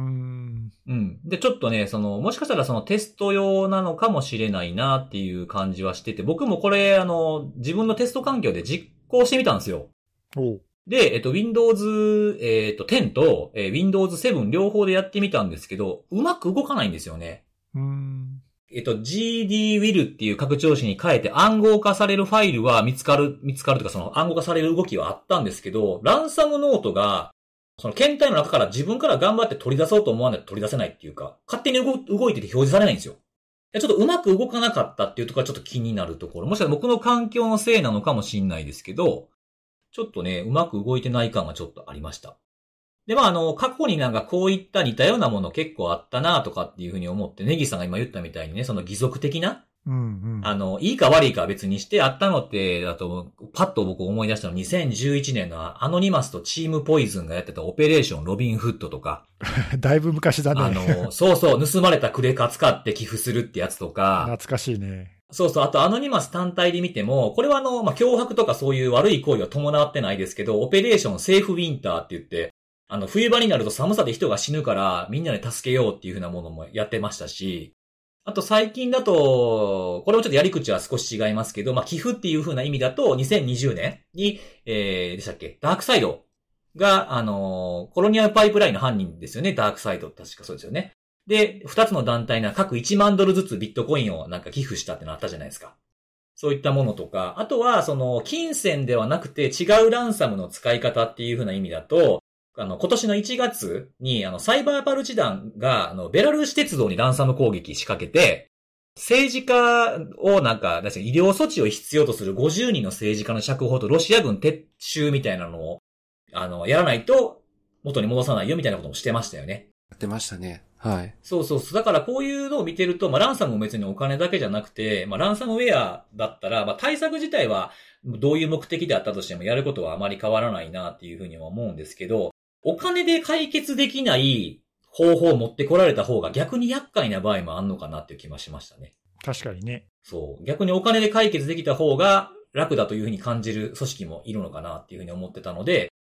で、ちょっとね、もしかしたらテスト用なのかもしれないなっていう感じはしてて、僕もこれ、自分のテスト環境で実行してみたんですよ。で、Windows、10と、Windows 7両方でやってみたんですけど、うまく動かないんですよね。GDWIL っていう拡張子に変えて暗号化されるファイルは見つかるとか、暗号化される動きはあったんですけど、ランサムノートが、検体の中から自分から頑張って取り出そうと思わないと取り出せないっていうか、勝手に動いてて表示されないんですよ。ちょっとうまく動かなかったっていうところはちょっと気になるところ。もしかしたら僕の環境のせいなのかもしれないですけど、ちょっとね、うまく動いてない感がちょっとありました。で、まあ過去になんかこういった似たようなもの結構あったなとかっていうふうに思って、ネギさんが今言ったみたいにね、義足的な、いいか悪いかは別にしてあったのって、だと、パッと僕思い出したの2011年のアノニマスとチームポイズンがやってたオペレーションロビンフッドとか。 だいぶ昔だね。 そうそう、盗まれたクレカ使って寄付するってやつとか。 懐かしいね。 そうそう、あとアノニマス単体で見ても、これは脅迫とかそういう悪い行為は伴ってないですけど、オペレーションセーフウィンターって言って、冬場になると寒さで人が死ぬからみんなで助けようっていう風なものもやってましたし、あと最近だと、これもちょっとやり口は少し違いますけど、まあ、寄付っていう風な意味だと、2020年に、でしたっけ、ダークサイドが、コロニアルパイプラインの犯人ですよね、ダークサイド。確かそうですよね。で、2つの団体が各1万ドルずつビットコインをなんか寄付したってのあったじゃないですか。そういったものとか、あとは、金銭ではなくて違うランサムの使い方っていう風な意味だと、今年の1月に、サイバーパルチ団が、ベラルーシ鉄道にランサム攻撃仕掛けて、政治家をなんか、医療措置を必要とする50人の政治家の釈放とロシア軍撤収みたいなのを、やらないと元に戻さないよみたいなこともしてましたよね。 やってましたね。はい。 そうそうそう。だからこういうのを見てると、まあ、ランサムも別にお金だけじゃなくて、まあ、ランサムウェアだったら、まあ、対策自体はどういう目的であったとしてもやることはあまり変わらないなっていうふうには思うんですけど、お金で解決できない方法を持ってこられた方が逆に厄介な場合もあんのかなっていう気はしましたね。 確かにね。 そう。逆にお金で解決できた方が楽だというふうに感じる組織もいるのかなっていうふうに思ってたので、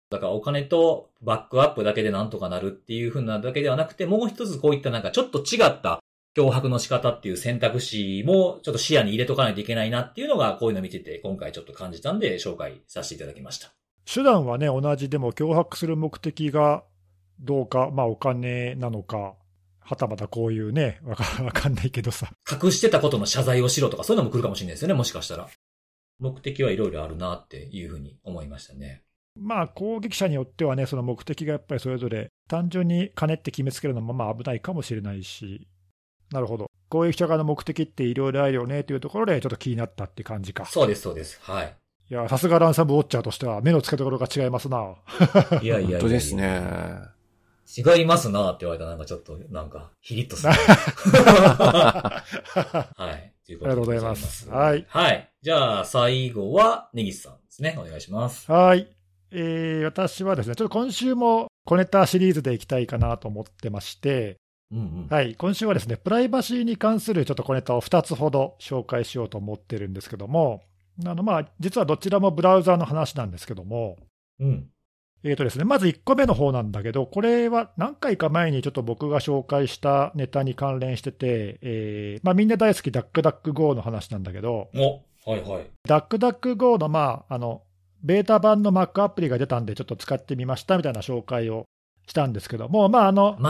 だからお金とバックアップだけでなんとかなるっていう風なだけではなくて、もう一つこういったなんかちょっと違った脅迫の仕方っていう選択肢もちょっと視野に入れとかないといけないなっていうのがこういうのを見てて今回ちょっと感じたんで紹介させていただきました。 手段はね、同じでも脅迫する目的がどうか、お金なのか、はたまたこういうね、わかんないけどさ。 隠してたことの謝罪をしろとかそういうのも来るかもしれないですよね、もしかしたら。目的はいろいろあるなっていうふうに思いましたね。 攻撃者によってはね、その目的がやっぱりそれぞれ、単純に金って決めつけるのも危ないかもしれないし、なるほど。攻撃者側の目的っていろいろあるよねというところで、ちょっと気になったって感じか。 そうです、そうです。はい。 いや、さすがランサムウォッチャーとしては、目の付けどころが違いますな。 いや。 本当ですね。 違いますなって言われたらなんかちょっと、なんか、ヒリッとする。はい。ということでありがとうございます。 はい。はい。じゃあ、最後は、根岸さんですね。お願いします。 はい。私はですね、ちょっと今週も小ネタシリーズでいきたいかなと思ってまして、はい、今週はですね、プライバシーに関するちょっと小ネタを2つほど紹介しようと思ってるんですけども、実はどちらもブラウザーの話なんですけども、ですね、まず1個目の方なんだけど、これは何回か前にちょっと僕が紹介したネタに関連してて、みんな大好きダックダック GO の話なんだけど、 はいはい。 ダックダック GO のベータ版の Mac アプリが出たんでちょっと使ってみましたみたいな紹介をしたんですけども、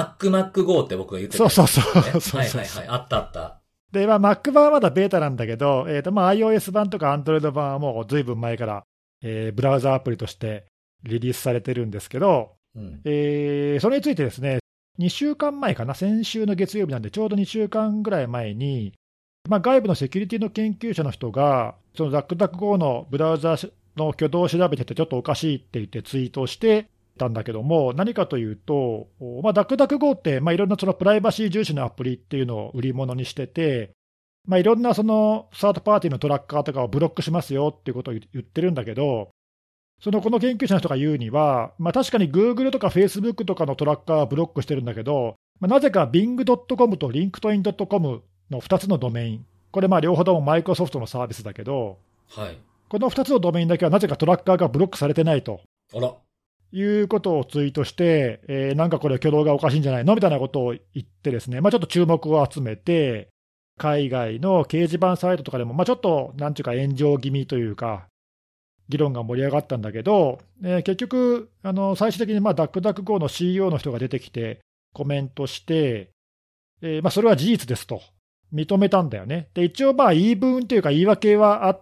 Mac Go って僕が言ってた、ね。 そう。 はいはいはい。あった。 で、Mac 版はまだベータなんだけど、iOS 版とか Android 版はもうずいぶん前から、ブラウザアプリとしてリリースされてるんですけど、それについてですね、2週間前かな、先週の月曜日なんで、ちょうど2週間ぐらい前に、外部のセキュリティの研究者の人が、そのDuckDuckGo のブラウザの挙動を調べてて、ちょっとおかしいって言ってツイートしてたんだけども、何かというと、DuckDuckGo って、いろんなそのプライバシー重視のアプリっていうのを売り物にしてて、いろんなそのサードパーティーのトラッカーとかをブロックしますよっていうことを言ってるんだけど、この研究者の人が言うには、確かに Google とか Facebook とかのトラッカーはブロックしてるんだけど、なぜか Bing.com と LinkedIn.com の2つのドメイン、これ両方ともマイクロソフトのサービスだけど、 はい、 この2つのドメインだけはなぜかトラッカーがブロックされてないということをツイートして、なんかこれ挙動がおかしいんじゃないのみたいなことを言ってですね、ちょっと注目を集めて、海外の掲示板サイトとかでも、ちょっとなんていうか炎上気味というか、議論が盛り上がったんだけど、結局、最終的にDuckDuckGo の CEO の人が出てきてコメントして、それは事実ですと認めたんだよね。で一応言い分というか言い訳はあって、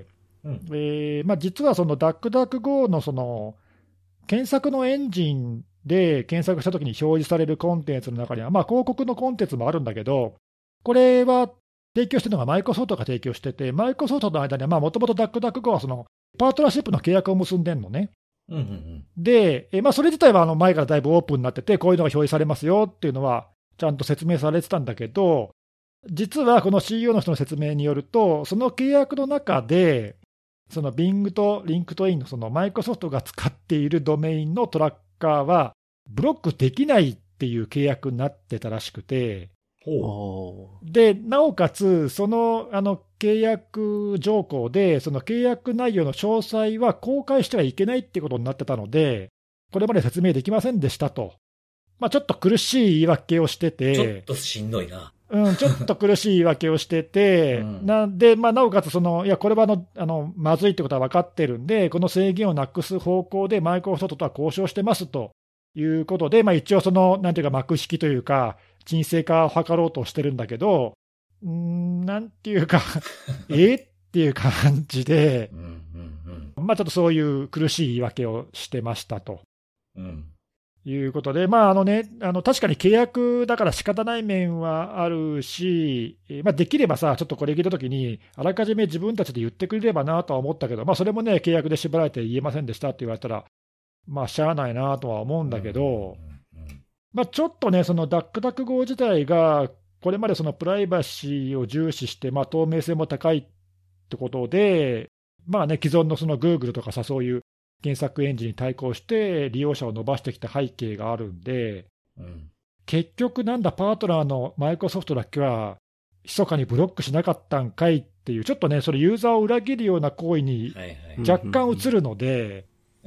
実はそのDuckDuckGo のその検索のエンジンで検索したときに表示されるコンテンツの中には、広告のコンテンツもあるんだけど、これは提供してるのがマイクロソフトが提供してて、マイクロソフトの間にはもともとDuckDuckGo はそのパートナーシップの契約を結んでんのね。で、それ自体は前からだいぶオープンになってて、こういうのが表示されますよっていうのはちゃんと説明されてたんだけど、実はこの CEO の人の説明によると、その契約の中で、その Bing と LinkedIn のそのマイクロソフトが使っているドメインのトラッカーはブロックできないっていう契約になってたらしくて、でなおかつ、その契約条項で、その契約内容の詳細は公開してはいけないってことになってたので、これまで説明できませんでしたと、ちょっと苦しい言い訳をしてて、 ちょっとしんどいな。 ちょっと苦しい言い訳をしてて、なおかついや、これはまずいってことは分かってるんで、この制限をなくす方向でマイクロソフトとは交渉してますということで、一応なんていうか、幕引きというか、沈静化を図ろうとしてるんだけど、なんていうか、っていう感じで、ちょっとそういう苦しい言い訳をしてましたと。いうことで、確かに契約だから仕方ない面はあるし、できればさ、ちょっとこれ聞いたときに、あらかじめ自分たちで言ってくれればなとは思ったけど、それもね、契約で縛られて言えませんでしたって言われたら、しゃあないなとは思うんだけど、ちょっとね、そのDuckDuckGo自体が、これまでそのプライバシーを重視して、透明性も高いってことで、既存のその Google とかさ、そういう検索エンジンに対抗して利用者を伸ばしてきた背景があるんで、結局パートナーのマイクロソフトだけは密かにブロックしなかったんかいっていう、ちょっとね、それユーザーを裏切るような行為に若干映るので、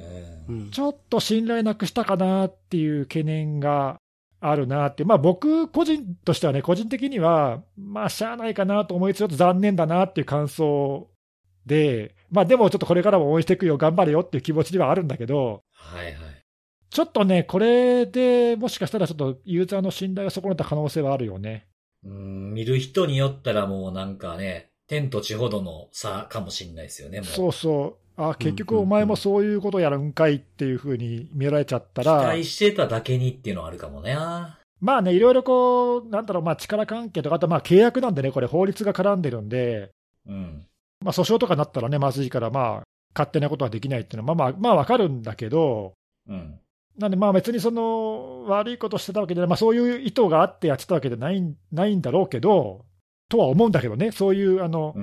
うんちょっと信頼なくしたかなっていう懸念があるなって、まあ、僕個人としてはね、個人的には、まあ、しゃあないかなと思いつつ、ちょっと残念だなっていう感想で、まあ、でもちょっとこれからも応援していくよ、頑張れよっていう気持ちにはあるんだけど、 はいはい。 ちょっとね、これでもしかしたらちょっとユーザーの信頼を損ねた可能性はあるよね。 見る人によったらもうなんかね、天と地ほどの差かもしれないですよね、もう。 そうそう、あ、結局お前もそういうことやるんかいっていうふうに見られちゃった期ら、 待してただけにっていうのはあるかもね。 まあね、いろいろこう、なんだろう、まあ力関係とか、あとまあ契約なんでね、これ、法律が絡んでるんで、 うん。 まあ訴訟とかになったらね、まずいから、まあ、勝手なことはできないっていうのは、まあわかるんだけど、 うん。 なんでまあ別にその悪いことしてたわけで、まあそういう意図があってやってたわけじゃないんだろうけど、とは思うんだけどね、そういううんうん。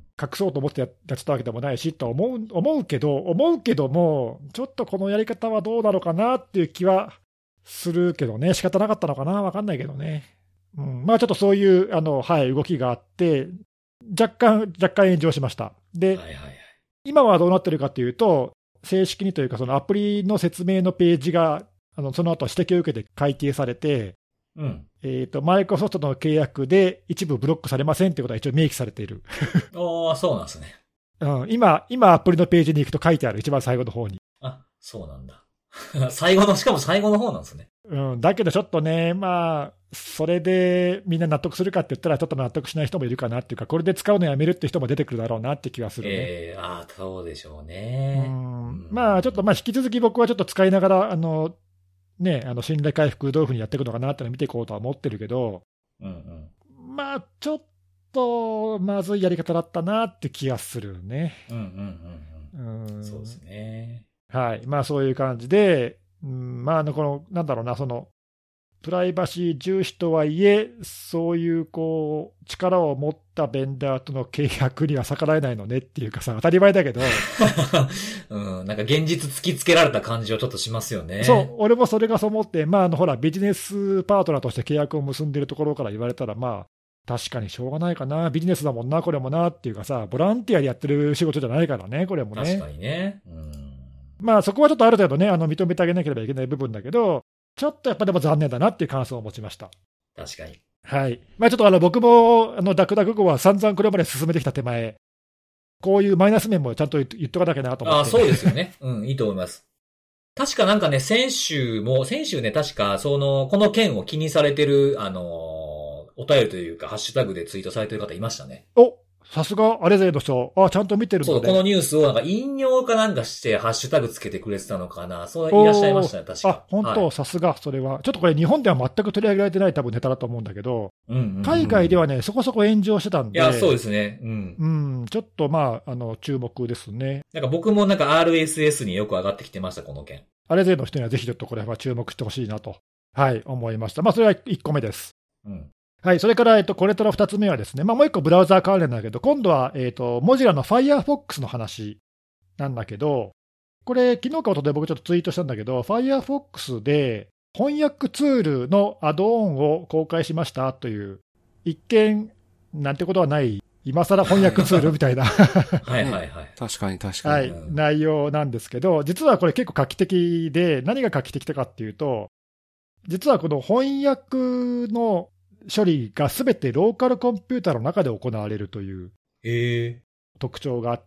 隠そうと思ってやってたわけでもないしとは思うけども、ちょっとこのやり方はどうなのかなっていう気はするけどね、仕方なかったのかな、分かんないけどね。まあちょっとそういうはい、動きがあって、若干炎上しました。で、 はいはいはい。 今はどうなってるかというと、正式にというか、そのアプリの説明のページが、その後指摘を受けて改訂されて、 うん。 マイクロソフトの契約で一部ブロックされませんということは一応明記されている。 ああ、そうなんですね。 今アプリのページに行くと書いてある、一番最後の方に。 あ、そうなんだ。しかも最後の方なんですね。 だけどちょっとね、まあ、それでみんな納得するかって言ったら、ちょっと納得しない人もいるかなっていうか、これで使うのやめるって人も出てくるだろうなって気がするね。 そうでしょうね。 まあ、ちょっと引き続き僕はちょっと使いながら、信頼回復どういうふうにやっていくのかなってのを見ていこうとは思ってるけど、まあ、ちょっとまずいやり方だったなって気がするね。 そうですね。 はい。まあ、そういう感じで、まあ、なんだろうな、プライバシー重視とはいえ、そういう力を持ったベンダーとの契約には逆らえないのねっていうかさ、当たり前だけど、 なんか現実突きつけられた感じはちょっとしますよね。 そう、俺もそれがそう思って、ほら、ビジネスパートナーとして契約を結んでるところから言われたら、まあ、確かにしょうがないかな、ビジネスだもんな、これもなっていうかさ、ボランティアでやってる仕事じゃないからね、これもね。 確かにね。 まあ、そこはちょっとある程度ね、認めてあげなければいけない部分だけど、ちょっとやっぱでも残念だなっていう感想を持ちました。 確かに。 はい。まあ、ちょっと僕も、ダクダク語は散々これまで進めてきた手前、こういうマイナス面もちゃんと言っとかなきゃなと思って。 そうですよね。いいと思います。確かなんかね、先週ね、確か、この件を気にされてる、お便りというか、ハッシュタグでツイートされてる方いましたね。 さすが、あれぜの人。ちゃんと見てるんだね。 そう、このニュースをなんか引用かなんかして、ハッシュタグつけてくれてたのかな。そういらっしゃいましたね、確か。 本当、さすが、それは。ちょっとこれ日本では全く取り上げられてない多分ネタだと思うんだけど、海外ではね、そこそこ炎上してたんで。 いや、そうですね。 ちょっと注目ですね。 なんか僕もなんか RSS によく上がってきてました、この件。 あれぜの人にはぜひちょっとこれは注目してほしいなと、はい、思いました。それは1個目です。はい、それから、これから2つ目はですね、もう1個ブラウザー関連だけど、今度は、モジュラの Firefox の話なんだけど、これ、昨日かおととい僕ちょっとツイートしたんだけど、Firefox で翻訳ツールのアドオンを公開しましたという、一見、なんてことはない、今更翻訳ツールみたいなはいはいはい。 確かに。 はい、内容なんですけど、実はこれ結構画期的で、何が画期的かっていうと、実はこの翻訳の処理がすべてローカルコンピューターの中で行われるという特徴があって、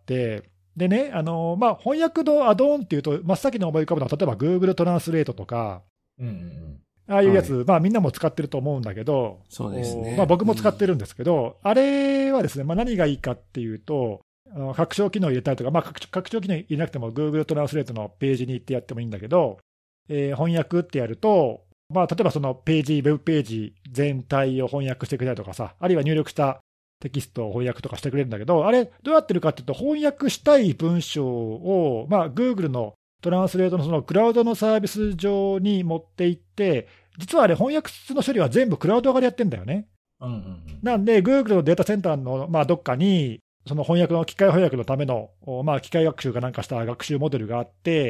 でね、翻訳のアドオンっていうと、真っ先に思い浮かぶのは、例えば Google トランスレートとか、ああいうやつ、みんなも使ってると思うんだけど、 そうですね。 僕も使ってるんですけど、あれはですね、何がいいかっていうと、拡張機能を入れたりとか、拡張機能入れなくても Google トランスレートのページに行ってやってもいいんだけど、翻訳ってやると、例えばそのページ、ウェブページ全体を翻訳してくれたりとかさ、あるいは入力したテキストを翻訳とかしてくれるんだけど、あれ、どうやってるかっていうと、翻訳したい文章を、Google のトランスレートのそのクラウドのサービス上に持っていって、実はあれ、翻訳の処理は全部クラウド側でやってんだよね。なんで、Google のデータセンターの、どっかに、その翻訳の機械翻訳のための、機械学習かなんかした学習モデルがあって、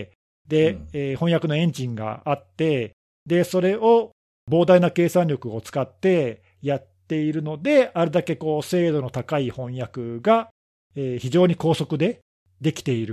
で、翻訳のエンジンがあって、で、それを膨大な計算力を使ってやっているので、あれだけ精度の高い翻訳が、非常に高速でできている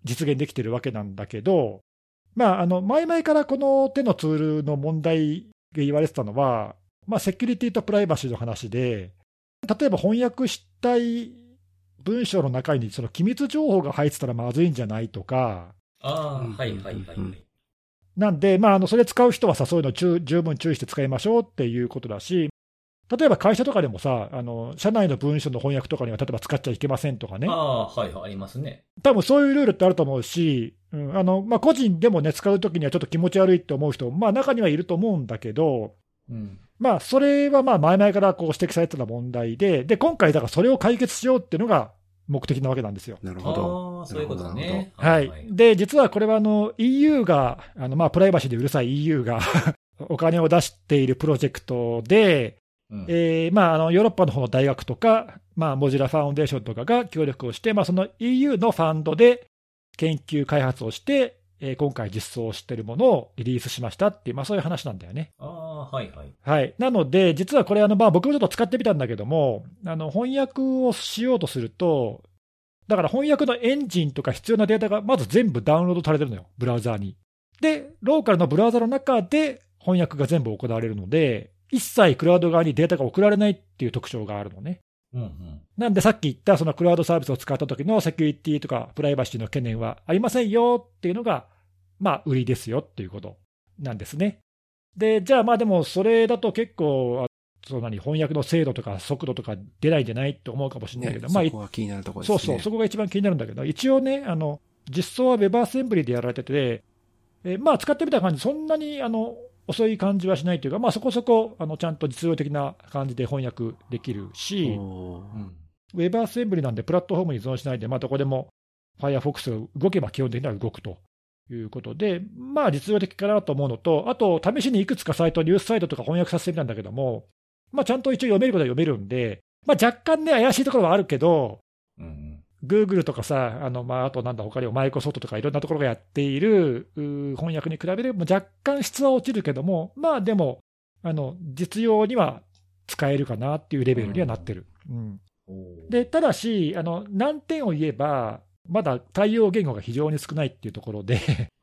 実現できてるわけなんだけど、前々からこの手のツールの問題が言われてたのは、セキュリティとプライバシーの話で、例えば翻訳したい文章の中にその機密情報が入ってたらまずいんじゃないとか、 はいはいはい。 なんで、それ使う人はさ、そういうの十分注意して使いましょうっていうことだし、例えば会社とかでもさ、社内の文書の翻訳とかには例えば使っちゃいけませんとかね、 はいはい、ありますね。 多分そういうルールってあると思うし、個人でもね、使うときにはちょっと気持ち悪いって思う人も、中にはいると思うんだけど、それは前々からこう指摘されてた問題で、今回、だからそれを解決しようっていうのが目的なわけなんですよ。 なるほど。 そういうことだね。 はい。で、実はこれはEU が、プライバシーでうるさい EU がお金を出しているプロジェクトで、ヨーロッパの方の大学とか、モジュラファウンデーションとかが協力をして、その EU のファンドで研究開発をして、今回実装しているものをリリースしましたっていう、そういう話なんだよね。 はいはい。 はい。なので、実はこれ僕もちょっと使ってみたんだけども、翻訳をしようとすると、だから翻訳のエンジンとか必要なデータがまず全部ダウンロードされてるのよ、ブラウザーに。で、ローカルのブラウザの中で翻訳が全部行われるので、一切クラウド側にデータが送られないっていう特徴があるのね。なんでさっき言ったそのクラウドサービスを使った時のセキュリティとかプライバシーの懸念はありませんよっていうのが、売りですよっていうことなんですね。で、じゃあでもそれだと結構、翻訳の精度とか速度とか出ないんじゃないと思うかもしれないけど、 そこは気になるところですね。 そこが一番気になるんだけど、一応ね、実装は WebAssembly でやられてて、使ってみた感じ、そんなに遅い感じはしないというか、そこそこちゃんと実用的な感じで翻訳できるし、WebAssembly なんでプラットフォームに依存しないで、どこでも Firefox が動けば基本的には動くということで、実用的かなと思うのと、あと試しにいくつかサイト、ニュースサイトとか翻訳させてみたんだけども、ちゃんと一応読めることは読めるんで、若干ね、怪しいところはあるけど、Google とかさ、あと他にもマイクロソフトとかいろんなところがやっている翻訳に比べれば若干質は落ちるけども、でも、実用には使えるかなっていうレベルにはなってる。で、ただし、難点を言えば、まだ対応言語が非常に少ないっていうところで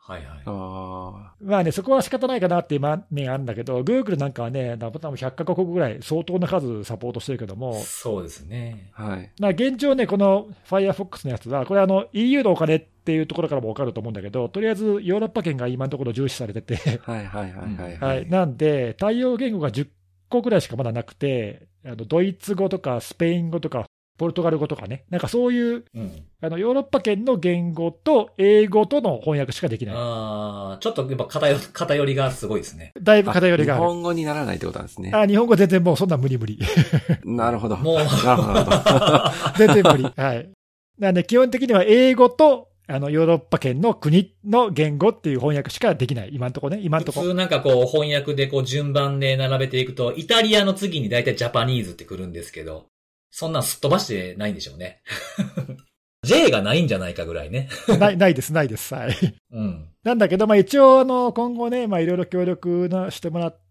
そこは仕方ないかなっていう面があるんだけど、Google なんかはね、多分100カ国ぐらい相当な数サポートしてるけども、 そうですね。 現状ね、この Firefox のやつは、これEU のお金っていうところからも分かると思うんだけど、とりあえずヨーロッパ圏が今のところ重視されてて、なんで、対応言語が10個ぐらいしかまだなくて、ドイツ語とかスペイン語とか、ポルトガル語とかね、そういう、ヨーロッパ圏の言語と英語との翻訳しかできない。 ちょっとやっぱ偏りがすごいですね。 だいぶ偏りがある。 日本語にならないってことなんですね。 日本語全然もうそんな無理。 なるほど。 もう。 なるほど。 全然無理。なんで基本的には英語と、ヨーロッパ圏の国の言語っていう翻訳しかできない。今んとこね、今んとこ。 普通翻訳で順番で並べていくと、イタリアの次に大体ジャパニーズってくるんですけど、そんなんすっ飛ばしてないんでしょうね。J がないんじゃないかぐらいね。 ないです。はい。なんだけど、一応、今後ね、いろいろ協力してもらって、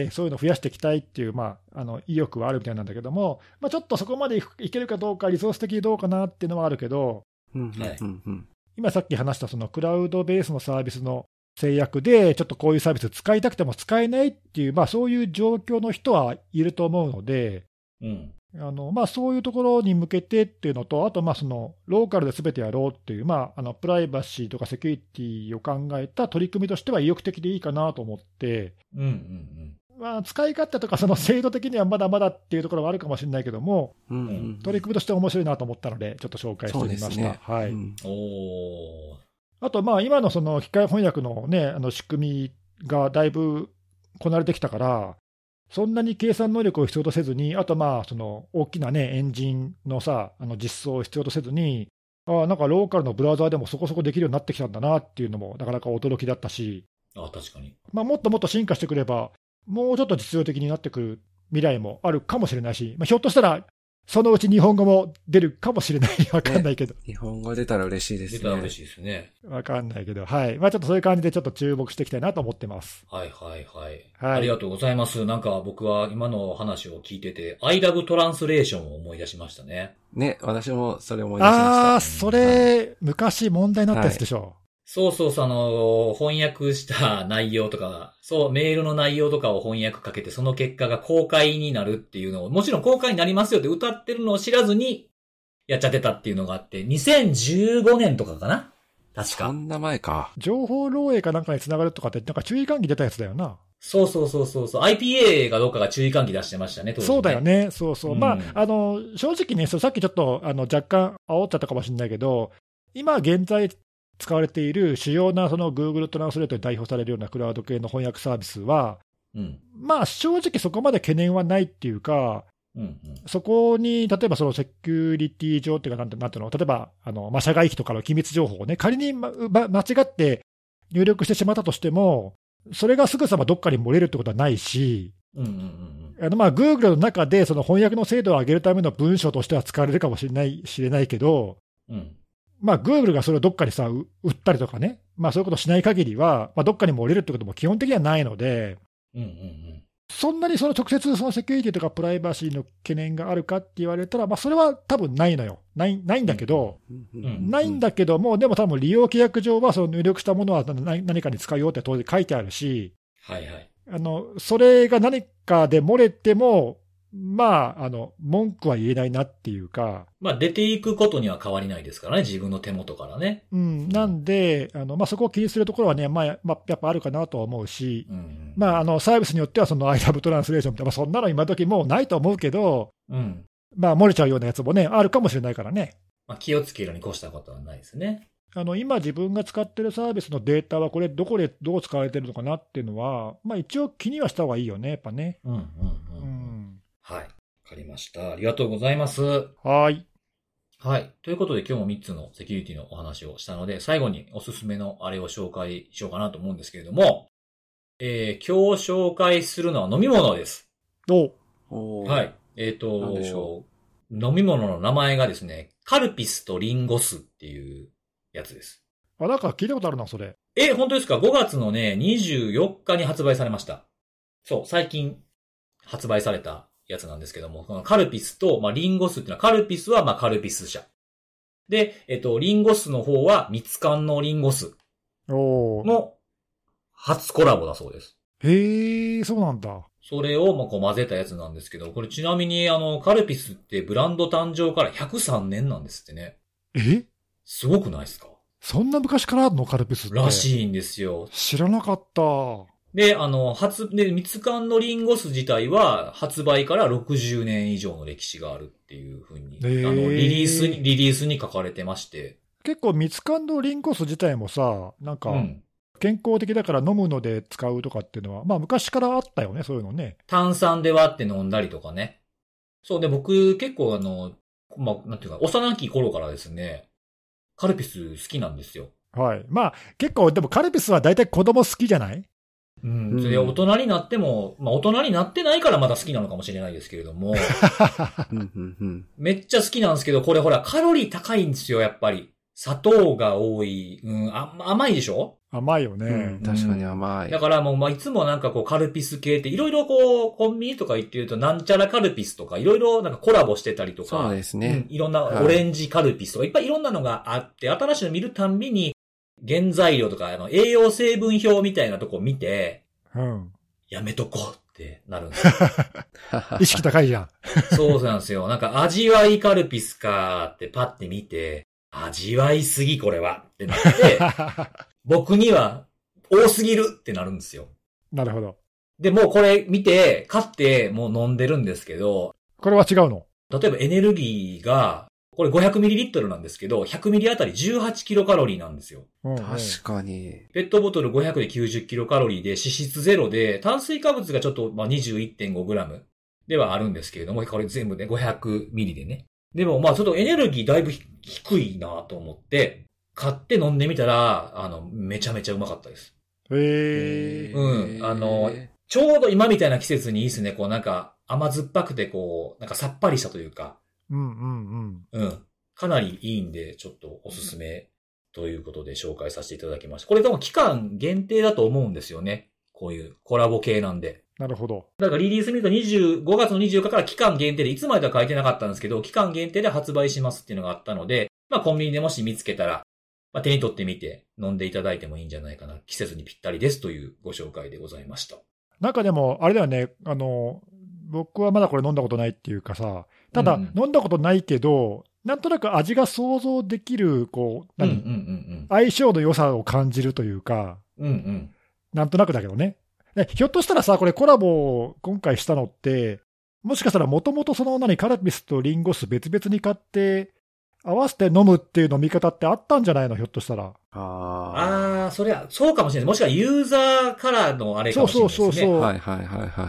そういうのを増やしていきたいっていう、意欲はあるみたいなんだけども、ちょっとそこまでいけるかどうか、リソース的にどうかなっていうのはあるけど、今さっき話したそのクラウドベースのサービスの制約で、ちょっとこういうサービス使いたくても使えないっていう、そういう状況の人はいると思うので、そういうところに向けてっていうのと、あとそのローカルで全てやろうっていう、プライバシーとかセキュリティを考えた取り組みとしては意欲的でいいかなと思って、使い勝手とかその制度的にはまだまだっていうところはあるかもしれないけども、取り組みとして面白いなと思ったので、ちょっと紹介してみました。あと今のその機械翻訳のね、仕組みがだいぶこなれてきたから、そんなに計算能力を必要とせずに、あとその大きなね、エンジンのさ、実装を必要とせずに、なんかローカルのブラウザーでもそこそこできるようになってきたんだなっていうのも、なかなか驚きだったし、 確かに。 もっともっと進化してくれば、もうちょっと実用的になってくる未来もあるかもしれないし、ひょっとしたらそのうち日本語も出るかもしれない。わかんないけど。 日本語出たら嬉しいですね。 出たら嬉しいですね。 わかんないけど。はい。まあちょっとそういう感じでちょっと注目していきたいなと思ってます。 はいはいはい。 はいありがとうございます。なんか僕は今の話を聞いてて、I love トランスレーションを思い出しましたね。 ね、私もそれ思い出しました。 ああ、それ、昔問題になったやつでしょ。 そうそうそう、翻訳した内容とか、そう、メールの内容とかを翻訳かけて、その結果が公開になるっていうのを、もちろん公開になりますよって歌ってるのを知らずに、やっちゃってたっていうのがあって、2015年とかかな確か。 そんな前か。 情報漏洩かなんかに繋がるとかって、なんか注意喚起出たやつだよな。 そうそうそうそう。IPA がどうかが注意喚起出してましたね、当時ね。 そうだよね。そうそう。 うん、 まあ、正直ね、さっきちょっと、若干煽っちゃったかもしれないけど、今現在使われている主要なその Google トランスレートに代表されるようなクラウド系の翻訳サービスは、 うん、 まあ正直そこまで懸念はないっていうか、 うんうん、 そこに例えばそのセキュリティ上っていうか、なんていうの、例えば社外機とかの機密情報をね、仮に、間違って入力してしまったとしても、それがすぐさまどっかに漏れるってことはないし、 うんうんうん、 まあ Google の中でその翻訳の精度を上げるための文章としては使われるかもしれないけど、 うん、 まあ Google がそれをどっかにさ、売ったりとかね、まあそういうことをしない限りは、まあどっかに漏れるってことも基本的にはないので、 うんうんうん、 そんなにその直接そのセキュリティとかプライバシーの懸念があるかって言われたら、まあそれは多分ないのよ。ないんだけど、ないんだけども、でも多分利用規約上はその入力したものは何かに使うよって当然書いてあるし、 はいはい。 それが何かで漏れても、まあ、文句は言えないなっていうか。 まあ、出ていくことには変わりないですからね、自分の手元からね。 うん、なんで、まあ、そこを気にするところはね、まあ、やっぱあるかなとは思うし、 うん、 まあ、サービスによっては、I love トランスレーションって、まあ、そんなの今時もうないと思うけど、 うん。 まあ、漏れちゃうようなやつもね、あるかもしれないからね。 まあ、気をつけるに越したことはないですね。 今自分が使ってるサービスのデータはこれどこでどう使われてるのかなっていうのは、まあ一応気にはした方がいいよね、やっぱね。 うんうんうん。うん、はい。わかりました。ありがとうございます。 はい。 はい。ということで今日も3つのセキュリティのお話をしたので、最後におすすめのあれを紹介しようかなと思うんですけれども、今日紹介するのは飲み物です。はい。 何でしょう。飲み物の名前がですね、カルピスとリンゴ酢っていうやつです。 あ、なんか聞いたことあるな、それ。 本当ですか？ 5 月のね、24日に発売されました。そう、最近発売されたやつなんですけども、このカルピスと、まあ、リンゴ酢っていうのは、カルピスはまあカルピス社。で、リンゴ酢の方は、蜜柑のリンゴ酢の初コラボだそうです。 へえ、そうなんだ。 それをまあこう混ぜたやつなんですけど、これちなみにカルピスってブランド誕生から103年なんですってね。すごくないですか？ そんな昔からあるのカルピスって。 らしいんですよ。 知らなかった。 で、蜜柑のリンゴ酢自体は発売から60年以上の歴史があるっていう風に、リリースに書かれてまして。 結構蜜柑のリンゴ酢自体もさ、なんか、健康的だから飲むので使うとかっていうのは、まあ昔からあったよね、そういうのね。 炭酸で割って飲んだりとかね。そうで、僕結構まあ、なんていうか、幼き頃からですね、カルピス好きなんですよ。 はい。まあ結構、でもカルピスは大体子供好きじゃない？ うん。で、大人になっても、まあ大人になってないからまだ好きなのかもしれないですけれども、めっちゃ好きなんですけど、これほら、カロリー高いんですよ、やっぱり。砂糖が多い。甘いでしょ？ 甘いよね。 確かに甘い。 だからもう、まあ、いつもなんかこう、カルピス系って、いろいろこう、コンビニとか行ってると、なんちゃらカルピスとか、いろいろなんかコラボしてたりとか。 そうですね。 いろんなオレンジカルピスとか、いっぱいいろんなのがあって、新しいの見るたんびに、原材料とか、栄養成分表みたいなとこ見て、やめとこうってなるんですよ。 意識高いじゃん。 そうなんですよ。なんか、味わいカルピスかってパッて見て、味わいすぎこれはってなって、僕には多すぎるってなるんですよ。 なるほど。 で、もうこれ見て、買ってもう飲んでるんですけど。 これは違うの？ 例えばエネルギーが、これ 500ml なんですけど、100ml あたり18キロカロリーなんですよ。 確かに。 ペットボトル500で90キロカロリーで脂質ゼロで、炭水化物がちょっと21.5 グラムではあるんですけれども、これ全部ね、500ミリでね。でもまあちょっとエネルギーだいぶ低いなと思って、買って飲んでみたら、めちゃめちゃうまかったです。ちょうど今みたいな季節にいいですね。こうなんか甘酸っぱくてこう、なんかさっぱりしたというか、 かなりいいんで、ちょっとおすすめということで紹介させていただきました。これ多分期間限定だと思うんですよね。こういうコラボ系なんで。 なるほど。 だからリリース見ると5月の24日から期間限定で、いつまでとは書いてなかったんですけど、期間限定で発売しますっていうのがあったので、まあコンビニでもし見つけたら、まあ手に取ってみて飲んでいただいてもいいんじゃないかな。季節にぴったりですというご紹介でございました。 なんかでも、あれだよね、僕はまだこれ飲んだことないっていうかさ、ただ、飲んだことないけど、なんとなく味が想像できる、こう、相性の良さを感じるというか、なんとなくだけどね。ひょっとしたらさ、これコラボを今回したのって、もしかしたらもともとそのカルピスとリンゴ酢別々に買って、合わせて飲むっていう飲み方ってあったんじゃないの、ひょっとしたら。 それは、そうかもしれない。もしくはユーザーからのあれかもしれないですね。 そう。 はい。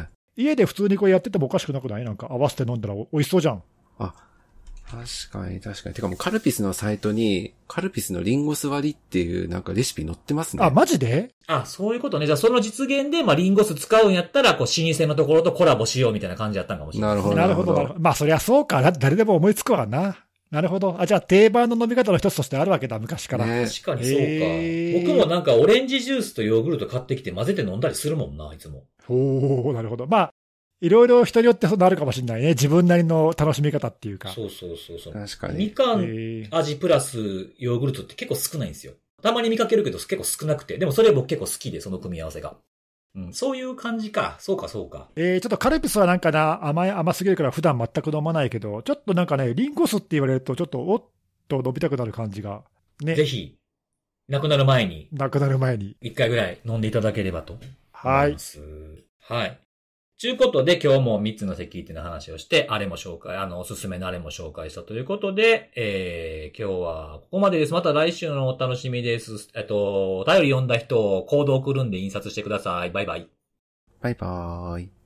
家で普通にこれやっててもおかしくなくない？なんか合わせて飲んだら美味しそうじゃん。 確かに。てかもうカルピスのサイトに、カルピスのリンゴ酢割りっていうなんかレシピ載ってますね。 マジで？ そういうことね。じゃあその実現で、リンゴ酢使うんやったら、こう、老舗のところとコラボしようみたいな感じやったんかもしれない。 なるほど。まあそりゃそうか。誰でも思いつくわな。なるほど。じゃあ定番の飲み方の一つとしてあるわけだ、昔から。 確かにそうか。僕もなんかオレンジジュースとヨーグルト買ってきて混ぜて飲んだりするもんな、いつも。 なるほど。いろいろ人によってそうなるかもしれないね。自分なりの楽しみ方っていうか。 そう。 確かに。 みかん味プラスヨーグルトって結構少ないんですよ。たまに見かけるけど結構少なくて。でもそれ僕結構好きで、その組み合わせが。そういう感じか。そうか。ちょっとカルピスはなんかな、甘すぎるから普段全く飲まないけど、ちょっとなんかね、リンゴ酢って言われると、ちょっとおっと飲みたくなる感じが。ね。 ぜひ、亡くなる前に。 一回ぐらい飲んでいただければと思います。 はい。 ということで、今日も3つのセキュリティの話をして、あれも紹介、おすすめのあれも紹介したということで、今日はここまでです。また来週のお楽しみです。お便り読んだ人、コード送るんで印刷してください。バイバイ。 バイバーイ。